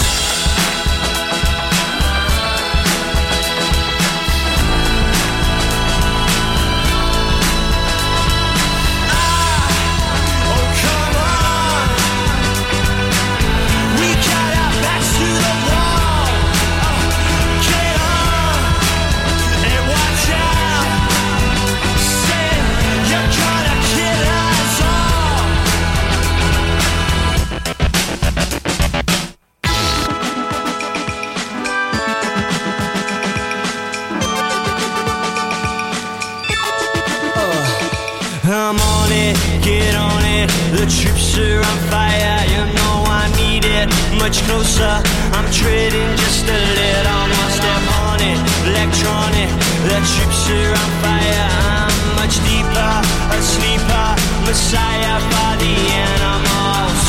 Speaker 4: I'm on it, get on it. The troops are on fire, you know I need it. Much closer, I'm treading just a little more. Step on it, electronic. The troops are on fire, I'm much deeper, a sleeper, messiah for the animals.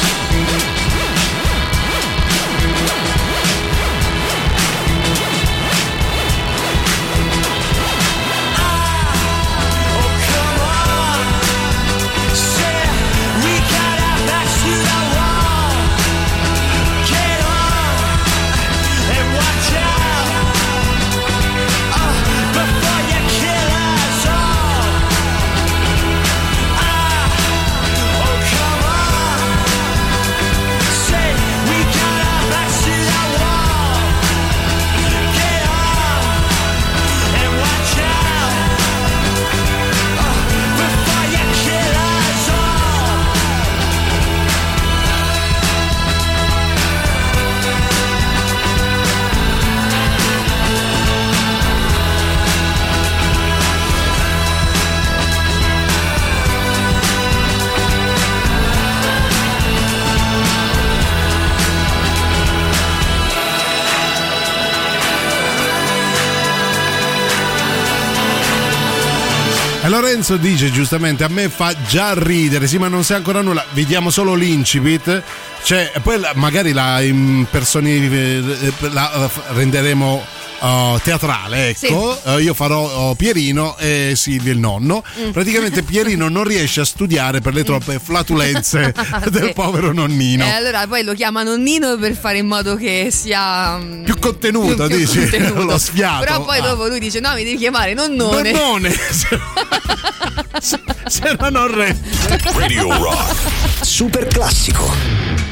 Speaker 3: E Lorenzo dice giustamente: a me fa già ridere, sì, ma non sai ancora nulla, vediamo solo l'incipit, cioè poi la- magari la impersoni la renderemo uh, teatrale, ecco.
Speaker 6: Sì.
Speaker 3: Uh, io farò uh, Pierino e Silvia il nonno.
Speaker 6: Mm.
Speaker 3: Praticamente Pierino non riesce a studiare per le troppe flatulenze del
Speaker 6: Sì.
Speaker 3: povero nonnino.
Speaker 6: E allora poi lo chiama nonnino per fare in modo che sia mm,
Speaker 3: Più contenuto,
Speaker 6: più- più
Speaker 3: dici?
Speaker 6: contenuto.
Speaker 3: Lo sfiato.
Speaker 6: Però poi
Speaker 3: Ah.
Speaker 6: dopo lui dice: no, mi devi chiamare nonnone.
Speaker 3: Nonnone. se, se no non re.
Speaker 2: Radio Rock.
Speaker 1: Super classico.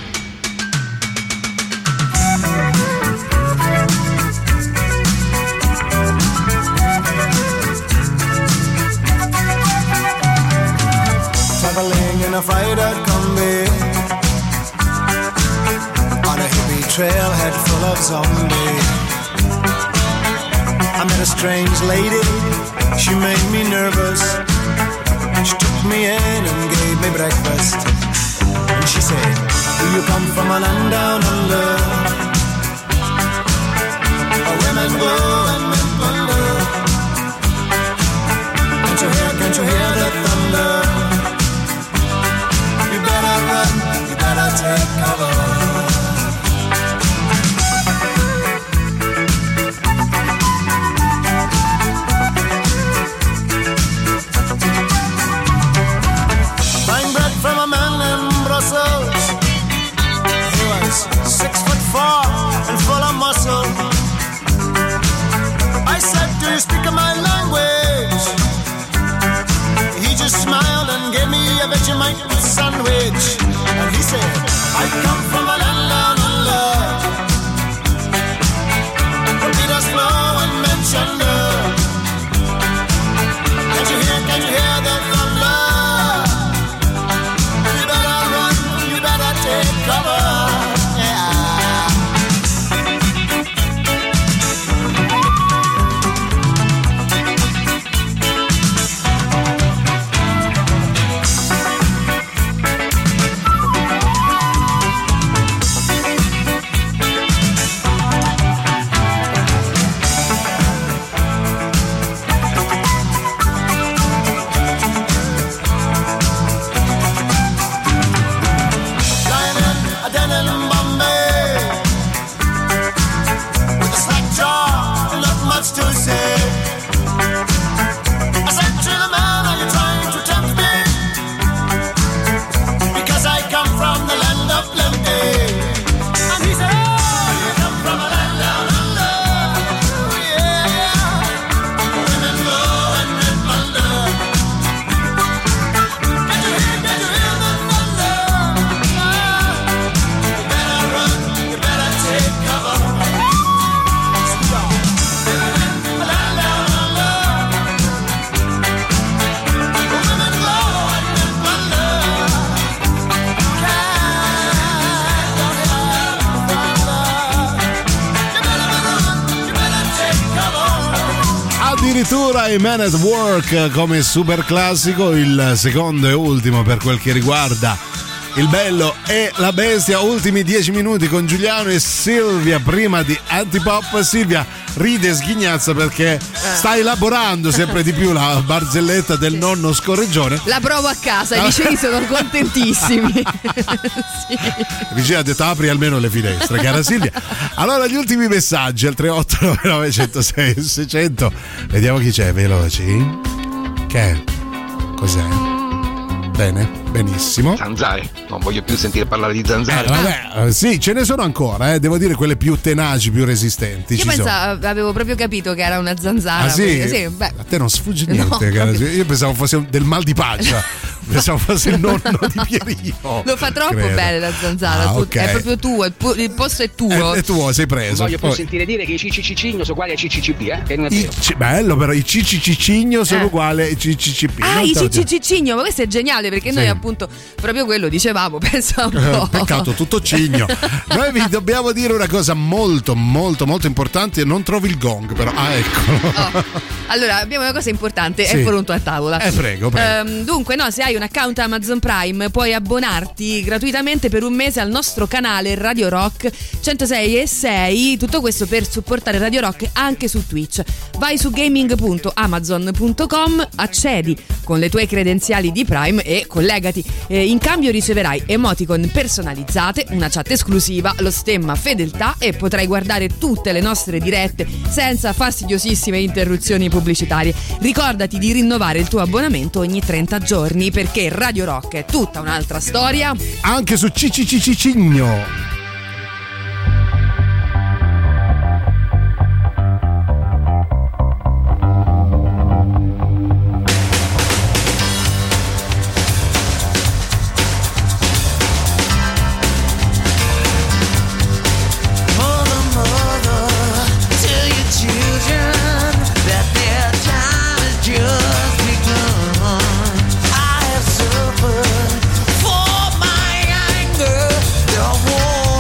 Speaker 22: Traveling in a freighter combi on a hippie trailhead full of zombies. I met a strange lady, she made me nervous. She took me in and gave me breakfast. And she said, do you come from a land down under? Where women go and men wonder. Can't you hear, can't you hear the thunder? You better run, you better take cover. Buying bread from a man in Brussels. He was six foot four and full of muscle. I said, do you speak my language? He just smiled and gave me a Vegemite sandwich. And he said, I come from a land down under. The Peters flow and Menchunder. Can't you hear, can't you hear the thunder? You better run, you better take cover. Yeah. Lying in a den in Bombay with a slack jaw and not much to say. I said to the man, are you trying to tempt me? Because I come from the land of plenty. And he said, oh, you come from a land down under. Yeah, women go and men wonder. Can't you hear, can't you hear the thunder? You better run, you better take cover. A land down under. Women go and men wonder. Can't you hear the thunder? You better run, you better take cover.
Speaker 3: Addirittura i Man at Work come super classico, il secondo e ultimo per quel che riguarda il bello e la bestia. Ultimi dieci minuti con Giuliano e Silvia prima di Antipop. Silvia ride e sghignazza perché sta elaborando sempre di più la barzelletta del nonno scorreggione.
Speaker 6: La provo a casa, i vicini sono contentissimi. Sì.
Speaker 3: Il vicino ha detto apri almeno le finestre, cara Silvia. Allora gli ultimi messaggi al tre otto nove nove uno zero sei seicento. Vediamo chi c'è, veloci. Che è? Cos'è? Bene, benissimo.
Speaker 16: Zanzare, non voglio più sentire parlare di zanzare.
Speaker 3: Eh, vabbè, eh, sì, ce ne sono ancora, eh, devo dire quelle più tenaci, più resistenti.
Speaker 6: Io
Speaker 3: ci
Speaker 6: pensavo, avevo proprio capito che era una zanzara.
Speaker 3: sono. Ah, sì?
Speaker 6: perché- sì, beh.
Speaker 3: A te non sfugge niente,
Speaker 6: No,
Speaker 3: cara
Speaker 6: capito.
Speaker 3: Silvia. Io pensavo fosse un- del mal di pancia. Pensavo fosse il nonno di Pierino.
Speaker 6: Lo fa troppo
Speaker 3: Credo.
Speaker 6: bene la zanzara,
Speaker 3: Ah,
Speaker 6: tu-
Speaker 3: ok.
Speaker 6: è proprio tuo, il, pu- il posto è tuo.
Speaker 3: È, è tuo, sei
Speaker 7: Non
Speaker 3: preso.
Speaker 7: voglio più
Speaker 3: Poi-
Speaker 7: sentire dire che i C C C Cigno sono uguali ai C C C P, eh? Che non è
Speaker 3: I
Speaker 7: vero.
Speaker 3: C- bello però, i Cicicicigno sono
Speaker 6: Eh.
Speaker 3: uguali ai C C C P.
Speaker 6: Ah,
Speaker 3: Non
Speaker 6: i
Speaker 3: te lo dico.
Speaker 6: cicicicigno, ma questo è geniale perché noi
Speaker 3: Sì.
Speaker 6: appunto proprio quello dicevamo, pensa un
Speaker 3: Eh,
Speaker 6: po'.
Speaker 3: Peccato, tutto cigno. Noi vi dobbiamo dire una cosa molto, molto, molto importante. Non trovi il gong, però. Ah, eccolo.
Speaker 6: Allora, abbiamo una cosa importante,
Speaker 3: Sì.
Speaker 6: è pronto a tavola.
Speaker 3: Eh, prego, prego.
Speaker 6: Ehm, dunque, no, se hai un account Amazon Prime puoi abbonarti gratuitamente per un mese al nostro canale Radio Rock centosei e sei, tutto questo per supportare Radio Rock anche su Twitch. Vai su gaming punto amazon punto com, accedi con le tue credenziali di Prime e collegati Fidati, eh, in cambio riceverai emoticon personalizzate, una chat esclusiva, lo stemma fedeltà e potrai guardare tutte le nostre dirette senza fastidiosissime interruzioni pubblicitarie. Ricordati di rinnovare il tuo abbonamento ogni trenta giorni, perché Radio Rock è tutta un'altra storia
Speaker 3: anche su Cicicicicigno.
Speaker 22: For my anger, the war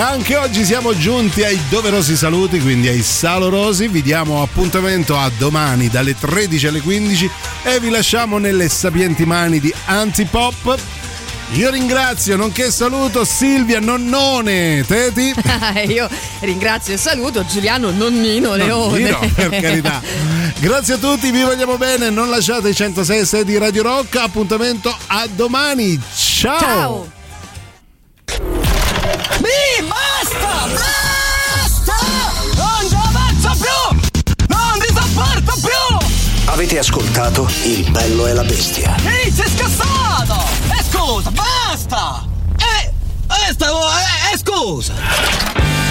Speaker 3: Anche oggi siamo giunti ai doverosi saluti, quindi ai salorosi. Vi diamo appuntamento a domani dalle tredici alle quindici e vi lasciamo nelle sapienti mani di Antipop. Io ringrazio, nonché saluto Silvia Nonnone Teti.
Speaker 6: Io ringrazio e saluto Giuliano Nonnino Leone.
Speaker 3: Nonnino, per carità. Grazie a tutti, vi vogliamo bene. Non lasciate i centosei e sei di Radio Rock. Appuntamento a domani. Ciao.
Speaker 6: Ciao.
Speaker 20: Mi basta! Basta! Non ci avanzo più! Non ti sopporto più!
Speaker 1: Avete ascoltato Il bello e la bestia?
Speaker 20: Ehi, sei scassato! E scusa, basta! E... e stavo... e, e scusa!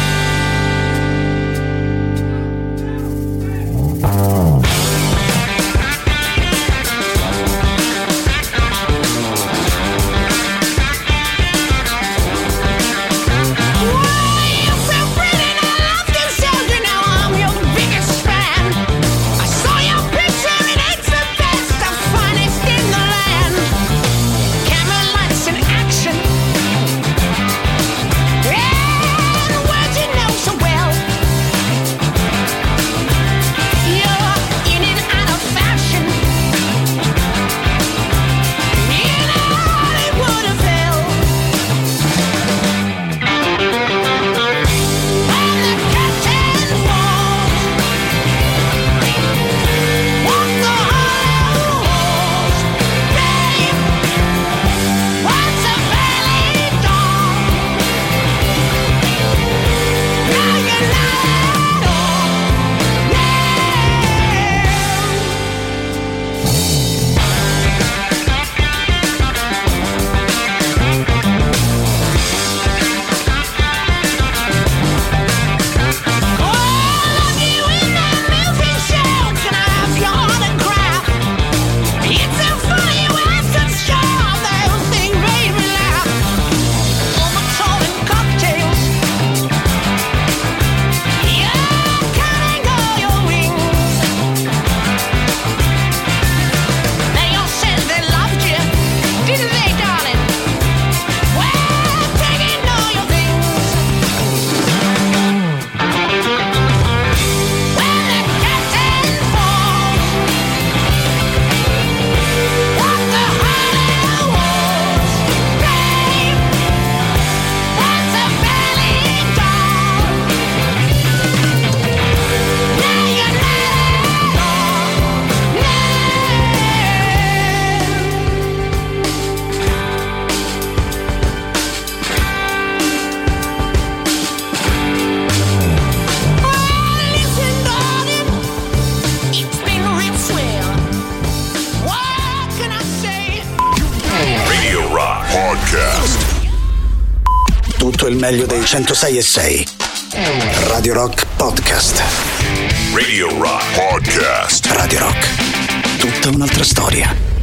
Speaker 1: Tutto il meglio dei centosei e sei. Radio Rock Podcast.
Speaker 2: Radio Rock Podcast.
Speaker 1: Radio Rock. Tutta un'altra storia.